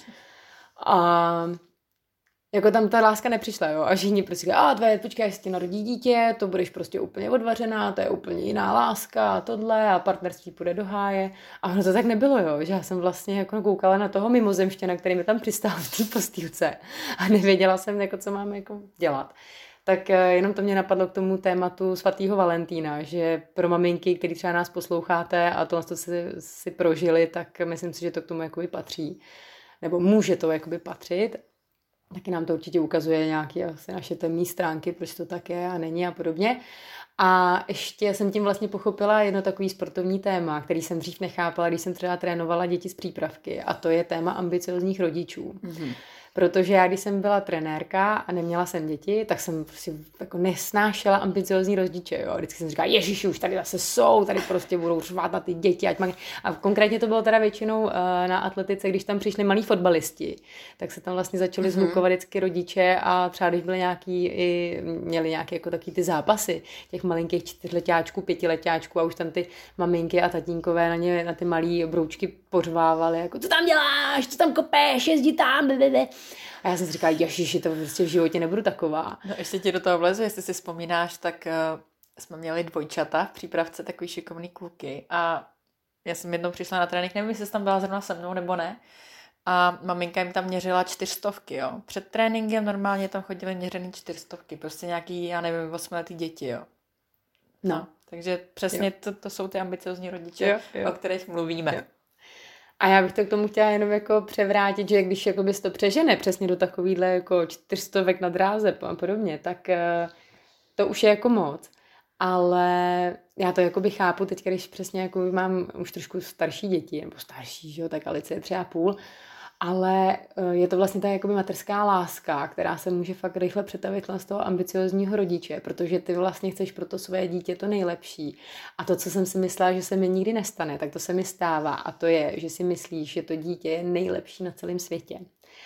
A jako tam ta láska nepřišla, jo, a všichni prostě počkej, až ti narodí dítě, to budeš prostě úplně odvařená, to je úplně jiná láska a tohle a partnerství půjde do háje. A ono to tak nebylo, jo, že já jsem vlastně jako koukala na toho mimozemštěna, který mi tam přistál v té postýlce a nevěděla jsem, jako, co mám jako dělat. Tak jenom to mě napadlo k tomu tématu svatého Valentína, že pro maminky, který třeba nás posloucháte a tohle si prožili, tak myslím si, že to k tomu jakoby patří. Nebo může to jakoby patřit. Taky nám to určitě ukazuje nějaké asi naše temné stránky, proč to tak je a není a podobně. A ještě jsem tím vlastně pochopila jedno takový sportovní téma, který jsem dřív nechápala, když jsem třeba trénovala děti z přípravky, a to je téma ambiciozních rodičů. Mm-hmm. Protože já, když jsem byla trenérka a neměla jsem děti, tak jsem prostě jako nesnášela ambiciozní rodiče. Jo. Vždycky jsem říkala, ježiši, už tady zase jsou, tady prostě budou řvát na ty děti. A konkrétně to bylo teda většinou na atletice, když tam přišli malí fotbalisti, tak se tam vlastně začali zhlukovat vždycky rodiče a třeba když byly měli nějaké jako taky ty zápasy těch malinkých 4letáčků, 5letáčků a už tam ty maminky a tatínkové na ty malý broučky pořvávali, jako co tam děláš, co tam kopeš, jezdí tam, blablabla. A já jsem si říkala, ježiši, to prostě v životě nebudu taková. No ještě ti do toho vlezu, jestli si vzpomínáš, tak jsme měli dvojčata v přípravce, takový šikovný kluky a já jsem jednou přišla na trénink, nevím, jestli jsi tam byla zrovna se mnou nebo ne, a maminka jim tam měřila 400, jo. Před tréninkem normálně tam chodili měřený 400, prostě nějaký, já nevím, 8letý děti, jo. No. Takže přesně to jsou ty ambiciozní rodiče, o kterých mluvíme. Jo. A já bych to k tomu chtěla jenom jako převrátit, že když jako bys to přežene přesně do takovýhle jako 400 na dráze a podobně, tak to už je jako moc. Ale já to jakoby chápu teď, když přesně jako mám už trošku starší děti, nebo starší, že jo, tak Alice je 3,5, ale je to vlastně ta jakoby mateřská láska, která se může fakt rychle přetavit z toho ambiciozního rodiče, protože ty vlastně chceš pro to své dítě to nejlepší. A to, co jsem si myslela, že se mi nikdy nestane, tak to se mi stává. A to je, že si myslíš, že to dítě je nejlepší na celém světě.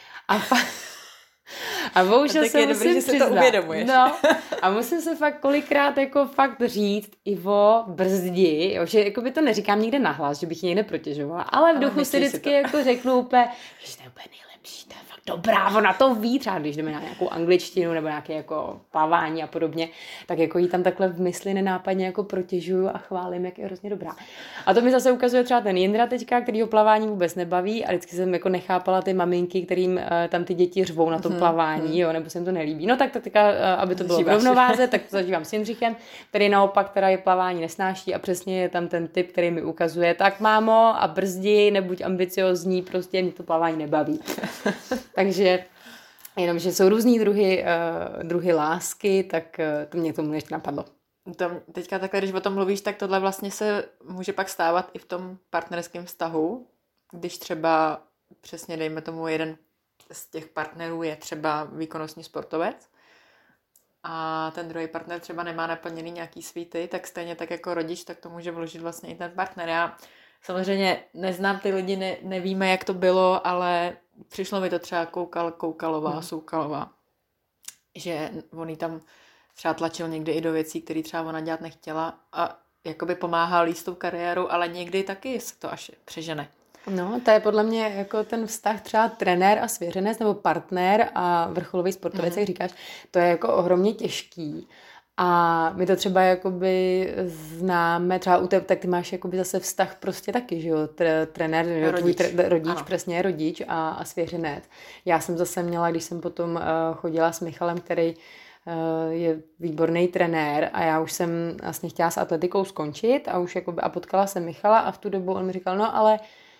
A bohužel se musím přiznat. To uvědomuješ. No, a musím se fakt kolikrát jako fakt říct Ivo, brzdi, jo, že jako by to neříkám nikde nahlas, že bych ji někde protěžovala, ale v duchu si vždycky jako řeknu úplně, že to je úplně nejlepší, to je fakt dobrá, ona to ví, třeba když jdeme na nějakou angličtinu nebo nějaké jako plavání a podobně, tak jako jí tam takhle v mysli nenápadně jako protěžuju a chválím, jak je hrozně dobrá. A to mi zase ukazuje třeba ten Jindra teďka, který ho plavání vůbec nebaví a vždycky jsem jako nechápala ty maminky, kterým tam ty děti řvou na tom plavání, jo, nebo se jim to nelíbí. No tak teďka, aby to bylo v rovnováze, tak to zažívám s Jindřichem, který naopak teda je plavání nesnáší a přesně je tam ten typ, který mi ukazuje, tak mámo a brzdi, nebuď ambiciozní, prostě mě to plavání nebaví. Takže jenom, že jsou různý druhy lásky, tak to mě k tomu ještě napadlo. Teďka takhle, když o tom mluvíš, tak tohle vlastně se může pak stávat i v tom partnerském vztahu, když třeba přesně dejme tomu jeden z těch partnerů je třeba výkonnostní sportovec a ten druhý partner třeba nemá naplněný nějaký svý tak stejně tak jako rodič, tak to může vložit vlastně i ten partner. Já samozřejmě neznám ty lidi, nevíme, jak to bylo, ale přišlo mi to třeba Koukalová, Soukalová, že on jí tam třeba tlačil někdy i do věcí, které třeba ona dělat nechtěla a jakoby pomáhal jí s tou kariérou, ale někdy taky se to až přežene. No, to je podle mě jako ten vztah třeba trenér a svěřenec nebo partner a vrcholový sportovec, jak říkáš, to je jako ohromně těžký. A my to třeba jakoby známe, třeba u tebe, tak ty máš jakoby zase vztah prostě taky, že jo, trenér, rodič přesně, rodič a svěřenec. Já jsem zase měla, když jsem potom chodila s Michalem, který je výborný trenér a já už jsem vlastně chtěla s atletikou skončit a už jakoby, a potkala jsem Michala a v tu dobu on mi říkal, no ale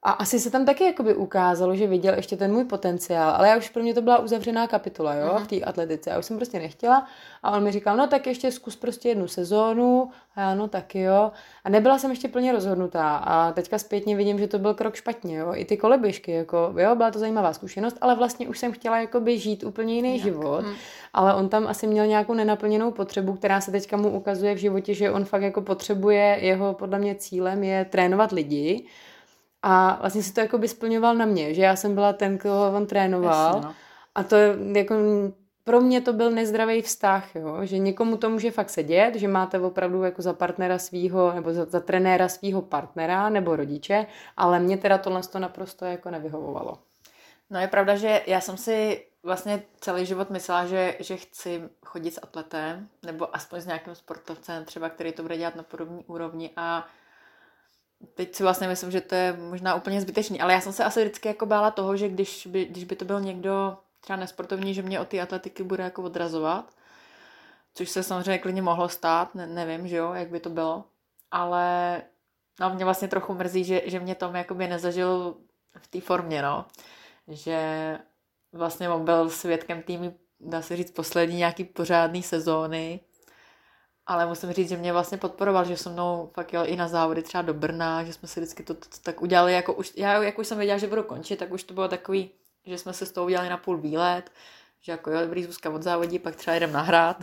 A asi se tam taky jakoby ukázalo, že viděl ještě ten můj potenciál, ale já už pro mě to byla uzavřená kapitola, jo, v té atletice. Já už jsem prostě nechtěla a on mi říkal, no tak ještě zkus prostě 1 sezónu a já no taky jo. A nebyla jsem ještě plně rozhodnutá a teďka zpětně vidím, že to byl krok špatně, jo. I ty koloběžky, jako jo, byla to zajímavá zkušenost, ale vlastně už jsem chtěla jakoby žít úplně jiný život, ale on tam asi měl nějakou nenaplněnou potřebu, která se teďka mu ukazuje v životě, že on fakt jako potřebuje, jeho podle mě cílem je trénovat lidi. A vlastně si to jako by splňoval na mě, že já jsem byla ten, koho on trénoval. Jasně, no. A to jako pro mě to byl nezdravý vztah, jo? Že někomu to může fakt sedět, že máte opravdu jako za partnera svýho, nebo za trenéra svýho partnera nebo rodiče, ale mě teda tohle to naprosto jako nevyhovovalo. No je pravda, že já jsem si vlastně celý život myslela, že chci chodit s atletem, nebo aspoň s nějakým sportovcem, třeba který to bude dělat na podobné úrovni a teď si vlastně myslím, že to je možná úplně zbytečný, ale já jsem se asi vždycky jako bála toho, že když by to byl někdo třeba nesportovní, že mě od té atletiky bude jako odrazovat, což se samozřejmě klidně mohlo stát, nevím, že jo, jak by to bylo, ale no, mě vlastně trochu mrzí, že mě Tom jakoby nezažil v té formě, no, že vlastně on byl svědkem týmu, dá se říct, poslední nějaký pořádný sezóny. Ale musím říct, že mě vlastně podporoval, že se mnou fakt jel i na závody třeba do Brna, že jsme si vždycky to tak udělali, jako už, já jak už jsem věděla, že budu končit, tak už to bylo takový, že jsme se s toho udělali na půl výlet, že jako jo, dobrý Zuzka od závodí, pak třeba jdem na hrad.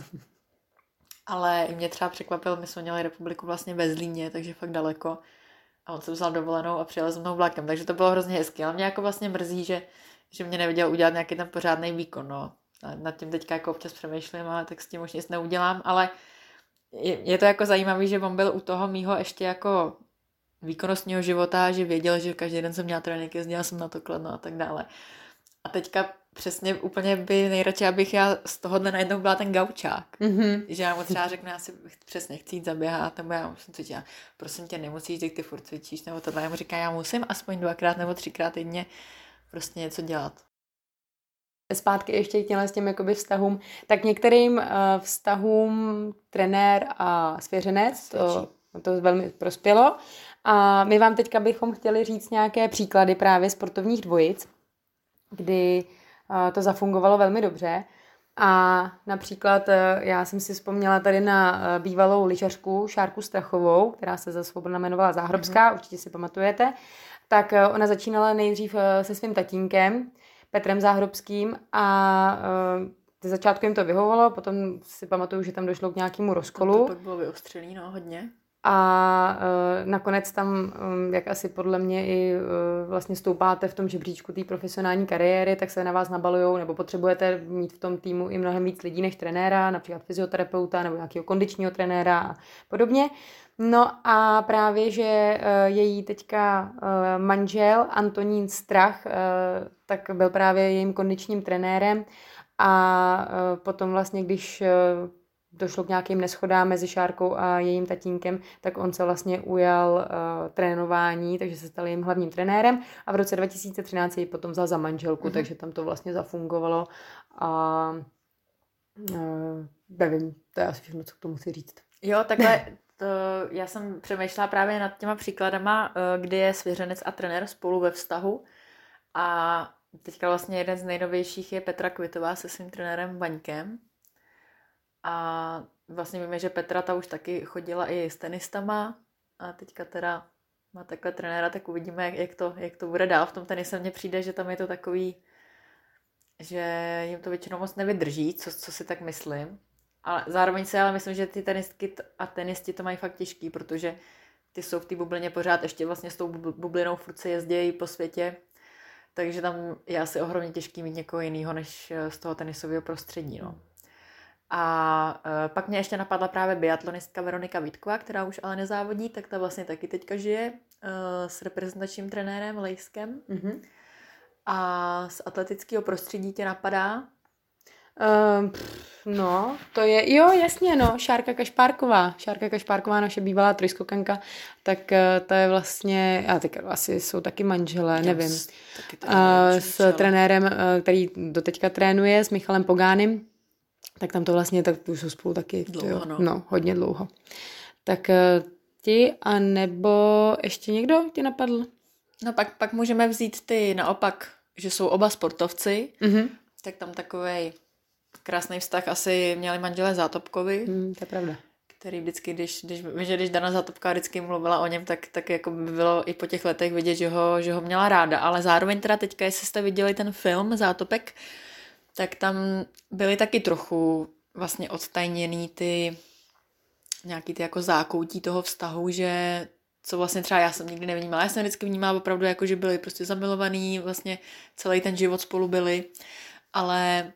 Ale i mě třeba překvapil, my jsme měli republiku vlastně ve Zlíně, takže fakt daleko. A on se vzal dovolenou a přijel se mnou vlakem, takže to bylo hrozně hezky. Ale mě jako vlastně mrzí, že mě neviděl udělat nějaký ten pořádný výkon, no. A nad tím teďka jako občas přemýšlím, ale tak s tím už nic neudělám, ale je to jako zajímavý, že on byl u toho mýho ještě jako výkonnostního života, že věděl, že každý den jsem měla tréninky, jezdila jsem na to Kladno a tak dále. A teďka přesně úplně by nejradši, abych já z tohohle najednou byla ten gaučák. Mm-hmm. Že já mu třeba řeknu, já si přesně chci jít zaběhat, nebo já musím cvičit. Prosím tě, nemusíš, když ty furt cvičíš, nebo tohle. Já mu říkám, já musím aspoň 2x nebo 3x týdně prostě něco dělat. Zpátky ještě k těm jakoby vztahům, tak některým vztahům trenér a svěřenec to velmi prospělo. A my vám teďka bychom chtěli říct nějaké příklady právě sportovních dvojic, kdy to zafungovalo velmi dobře. A například já jsem si vzpomněla tady na bývalou lyžařku Šárku Strachovou, která se za svobodna jmenovala Záhrobská, určitě si pamatujete. Tak ona začínala nejdřív se svým tatínkem, Petrem Záhrobským a ze začátku jim to vyhovovalo, potom si pamatuju, že tam došlo k nějakému rozkolu. To pak bylo vyostřený, no, hodně. A nakonec tam, jak asi podle mě i vlastně stoupáte v tom žebříčku té profesionální kariéry, tak se na vás nabalujou, nebo potřebujete mít v tom týmu i mnohem víc lidí než trenéra, například fyzioterapeuta nebo nějakého kondičního trenéra a podobně. No a právě, že její teďka manžel Antonín Strach, tak byl právě jejím kondičním trenérem a potom vlastně, když došlo k nějakým neshodám mezi Šárkou a jejím tatínkem, tak on se vlastně ujal trénování, takže se stal jejím hlavním trenérem a v roce 2013 ji potom vzal za manželku, takže tam to vlastně zafungovalo a nevím, to je asi všechno, co k tomu chci říct. Jo, takhle já jsem přemýšlela právě nad těma příkladama, kdy je svěřenec a trenér spolu ve vztahu a teďka vlastně jeden z nejnovějších je Petra Kvitová se svým trenérem Vaňkem. A vlastně víme, že Petra ta už taky chodila i s tenistama a teďka teda má takhle trenéra, tak uvidíme, jak to bude dál. V tom tenise mně přijde, že tam je to takový, že jim to většinou moc nevydrží, co si tak myslím. Ale zároveň si ale myslím, že ty tenistky a tenisti to mají fakt těžký, protože ty jsou v té bublině pořád ještě vlastně s tou bublinou furt se jezdí po světě, takže tam je asi ohromně těžký mít někoho jiného než z toho tenisového prostředí, no. A pak mě ještě napadla právě biatlonistka Veronika Vítková, která už ale nezávodí, tak ta vlastně taky teďka žije s reprezentačním trenérem Lejskem. Mm-hmm. A z atletického prostředí tě napadá? No, to je, jo, jasně, no, Šárka Kašpárková, naše bývalá trojskokanka, tak to je vlastně, a tak asi jsou taky manželé, nevím, s trenérem, který doteďka trénuje, s Michalem Pogánem, tak tam to vlastně, tak už jsou spolu taky, dlouho, no, hodně dlouho. Tak ti, a nebo ještě někdo tě napadl? No pak můžeme vzít ty naopak, že jsou oba sportovci, tak tam takovej krásný vztah asi měli manželé Zátopkovi. To je pravda. Který vždycky, když Dana Zátopka vždycky mluvila o něm, tak jako by bylo i po těch letech vidět, že ho měla ráda. Ale zároveň teda teďka, jestli jste viděli ten film Zátopek, tak tam byly taky trochu vlastně odtajněný nějaký ty jako zákoutí toho vztahu, že co vlastně třeba já jsem nikdy nevnímala. Já jsem vždycky vnímala opravdu jako, že byli prostě zamilovaný, vlastně celý ten život spolu byli, ale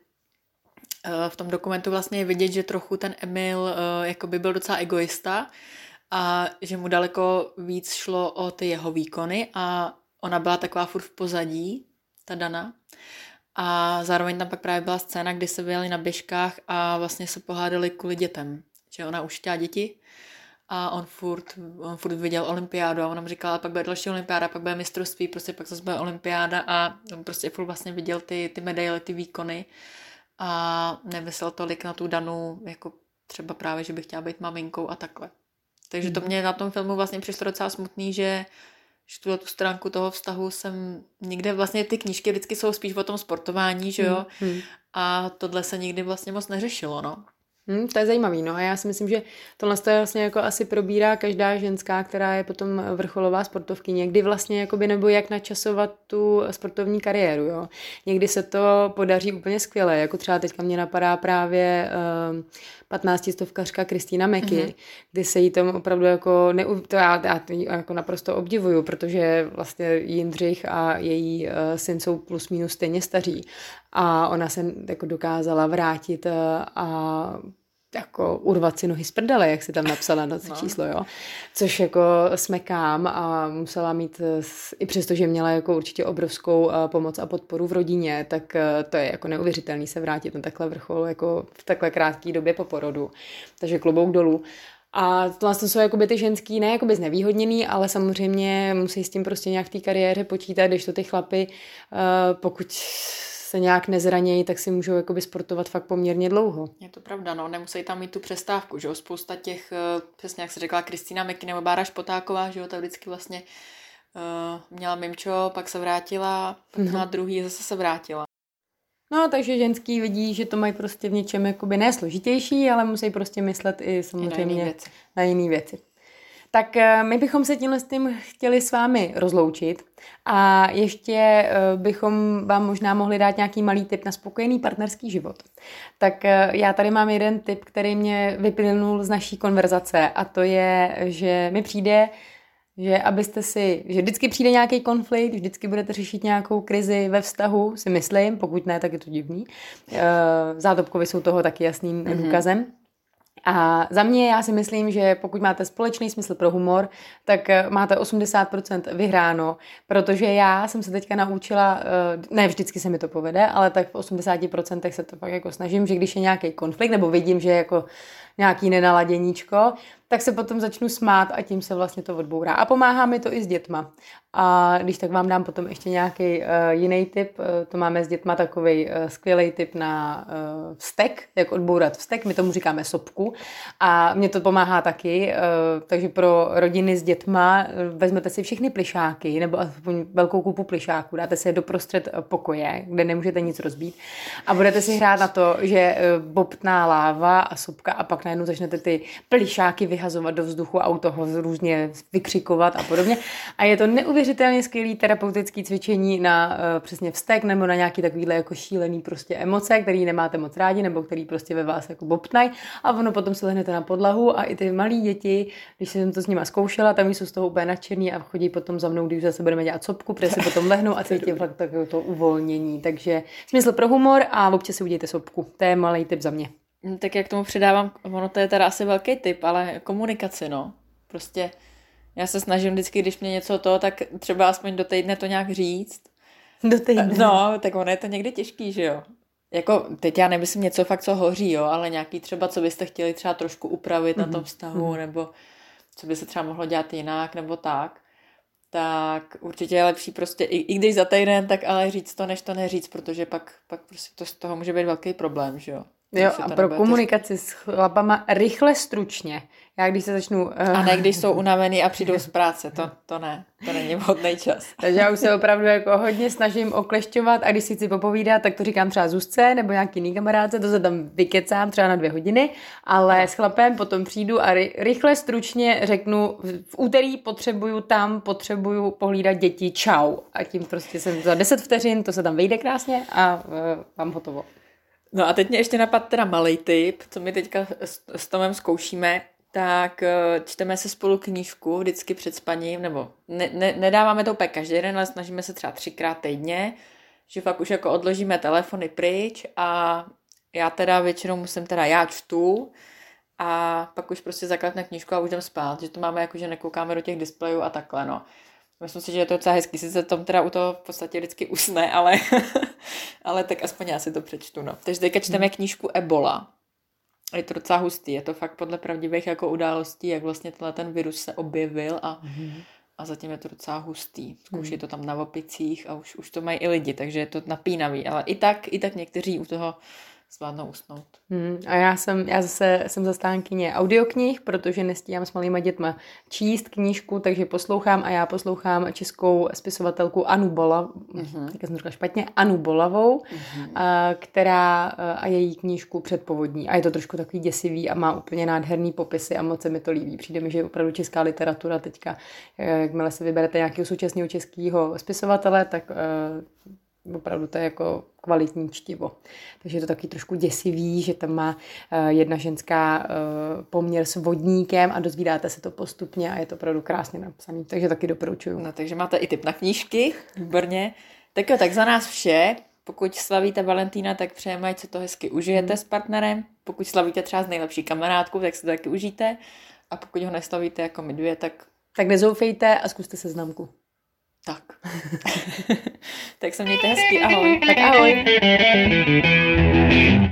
v tom dokumentu vlastně je vidět, že trochu ten Emil jakoby byl docela egoista a že mu daleko víc šlo o ty jeho výkony a ona byla taková furt v pozadí, ta Dana. A zároveň tam pak právě byla scéna, kdy se vyjeli na běžkách a vlastně se pohádali kvůli dětem. Že ona už chtěla děti a on furt viděl olympiádu a ona mu říkala, pak bude další olympiáda, pak bude mistrovství, prostě pak zase bude olympiáda a on prostě furt vlastně viděl ty medaile, ty výkony a nemyslel tolik na tu Danu, jako třeba právě, že by chtěla být maminkou a takhle. Takže to mě na tom filmu vlastně přišlo docela smutný, že tu stránku toho vztahu jsem nikde, vlastně ty knížky vždycky jsou spíš o tom sportování, že jo, a tohle se nikdy vlastně moc neřešilo, no. To je zajímavý, no a já si myslím, že tohle je vlastně jako asi probírá každá ženská, která je potom vrcholová sportovkyně, někdy vlastně jakoby nebo jak načasovat tu sportovní kariéru, jo. Někdy se to podaří úplně skvěle, jako třeba teďka mě napadá právě 15stovkařka Kristýna Meky, kdy se jí tam opravdu jako, já to jako naprosto obdivuju, protože vlastně Jindřich a její syn jsou plus minus stejně staří a ona se jako dokázala vrátit a jako urvat si nohy z prdele, jak si tam napsala na to číslo, jo. Což jako smekám a musela mít, i přesto, že měla jako určitě obrovskou pomoc a podporu v rodině, tak to je jako neuvěřitelný se vrátit na takhle vrchol jako v takhle krátké době po porodu. Takže klobouk dolů. A to vlastně jsou jakoby ty ženský, ne jakoby znevýhodněný, ale samozřejmě musí s tím prostě nějak v té kariéře počítat, když to ty chlapy, pokud se nějak nezranějí, tak si můžou jakoby sportovat fakt poměrně dlouho. Je to pravda, no, nemusí tam mít tu přestávku, že jo, spousta těch, přesně jak se řekla Kristýna Meky nebo Bára Špotáková, že jo, ta vždycky vlastně měla mimčo, pak se vrátila, pak měla druhý, zase se vrátila. No, takže ženský vidí, že to mají prostě v něčem jakoby ne složitější, ale musí prostě myslet i samozřejmě na jiné věci. Tak my bychom se tímhle s tím chtěli s vámi rozloučit a ještě bychom vám možná mohli dát nějaký malý tip na spokojený partnerský život. Tak já tady mám jeden tip, který mě vyplynul z naší konverzace a to je, že mi přijde, že že vždycky přijde nějaký konflikt, vždycky budete řešit nějakou krizi ve vztahu, si myslím, pokud ne, tak je to divný. Zátopkovi jsou toho taky jasným důkazem. A za mě já si myslím, že pokud máte společný smysl pro humor, tak máte 80% vyhráno, protože já jsem se teďka naučila, ne vždycky se mi to povede, ale tak v 80% se to fakt jako snažím, že když je nějaký konflikt, nebo vidím, že je jako nějaký nenaladěníčko, tak se potom začnu smát a tím se vlastně to odbourá. A pomáhá mi to i s dětma. A když tak vám dám potom ještě nějaký jiný tip, to máme s dětma takovej skvělý tip na vztek, jak odbourat vztek, my tomu říkáme sopku a mě to pomáhá taky, takže pro rodiny s dětma vezmete si všechny plyšáky nebo aspoň velkou kupu plyšáků, dáte si je doprostřed pokoje, kde nemůžete nic rozbít a budete si hrát na to, že bobtná láva a sopka a pak najednou začnete ty plyšáky vyhazovat do vzduchu a u toho různě vykřikovat a podobně a je to neuvěřitelně skvělý terapeutický cvičení na přesně vztek nebo na nějaký takovýhle jako šílený prostě emoce, který nemáte moc rádi nebo který prostě ve vás jako bobtnají a ono potom se lehnete na podlahu a i ty malí děti, když jsem to s nima zkoušela, tam jsou z toho úplně nadšený a chodí potom za mnou, když zase budeme dělat sopku, protože si potom lehnou a cítí fakt takové to uvolnění. Takže smysl pro humor a občas si udějte sopku. To je malý tip za mě. Tak jak tomu předávám, ono to je teda asi velký tip, ale komunikaci, no. Prostě já se snažím vždycky, když mě něco tak třeba aspoň do týdne to nějak říct. Do týdne? No, tak ono je to někdy těžký, že jo. Jako, teď já nemyslím něco fakt, co hoří, jo, ale nějaký třeba, co byste chtěli třeba trošku upravit na tom vztahu, nebo co by se třeba mohlo dělat jinak, nebo tak určitě je lepší prostě, i když za týden, tak ale říct to, než to neříct, protože pak prostě to z toho může být velký problém, že jo. Jo, a pro komunikaci s chlapama rychle, stručně. Já když se začnu... A ne, když jsou unavený a přijdou z práce, to ne, to není vhodný čas. Takže já už se opravdu jako hodně snažím oklešťovat a když si chci popovídat, tak to říkám třeba Zuzce nebo nějaký jiný kamarádce, to se tam vykecám třeba na 2 hodiny, ale s chlapem potom přijdu a rychle, stručně řeknu, v úterý potřebuju pohlídat děti, čau. A tím prostě jsem za 10 vteřin, to se tam vejde krásně a mám hotovo. No a teď mě ještě napadl teda malej tip, co my teďka s Tomem zkoušíme, tak čteme se spolu knížku vždycky před spaním, nebo nedáváme to úplně každý den, ale snažíme se třeba 3krát týdně, že fakt už jako odložíme telefony pryč a já teda většinou já čtu a pak už prostě zaklepne knížku a už jdem spát, že to máme jako, že nekoukáme do těch displejů a takhle, no. Myslím si, že je to docela hezký, sice Tom teda u toho v podstatě vždycky usne, ale tak aspoň já si to přečtu, no. Takže teďka čteme knížku Ebola. Je to docela hustý, je to fakt podle pravdivých jako událostí, jak vlastně ten virus se objevil a zatím je to docela hustý. Zkouší to tam na opicích a už to mají i lidi, takže je to napínavý, ale i tak někteří u toho zvládnou usnout. A já zase jsem zastánkyně audioknih, protože nestíhám s malýma dětma číst knížku, takže poslouchám a já poslouchám českou spisovatelku Anu Bolavou, která a její knížku Předpovodní. A je to trošku takový děsivý a má úplně nádherný popisy a moc se mi to líbí. Přijde mi, že je opravdu česká literatura teďka, jakmile si vyberete nějakého současného českého spisovatele, tak opravdu to je jako kvalitní čtivo. Takže je to taky trošku děsivý, že tam má jedna ženská poměr s vodníkem a dozvídáte se to postupně a je to opravdu krásně napsaný. Takže taky doporučuju. No, takže máte i tip na knížky, výborně. Tak jo, tak za nás vše. Pokud slavíte Valentína, tak přejeme, ať se to hezky užijete s partnerem. Pokud slavíte třeba s nejlepší kamarádkou, tak si to taky užijte. A pokud ho neslavíte jako my dvě, tak nezoufejte a zkuste seznamku. Tak. Tak se mějte hezky, ahoj. Tak ahoj.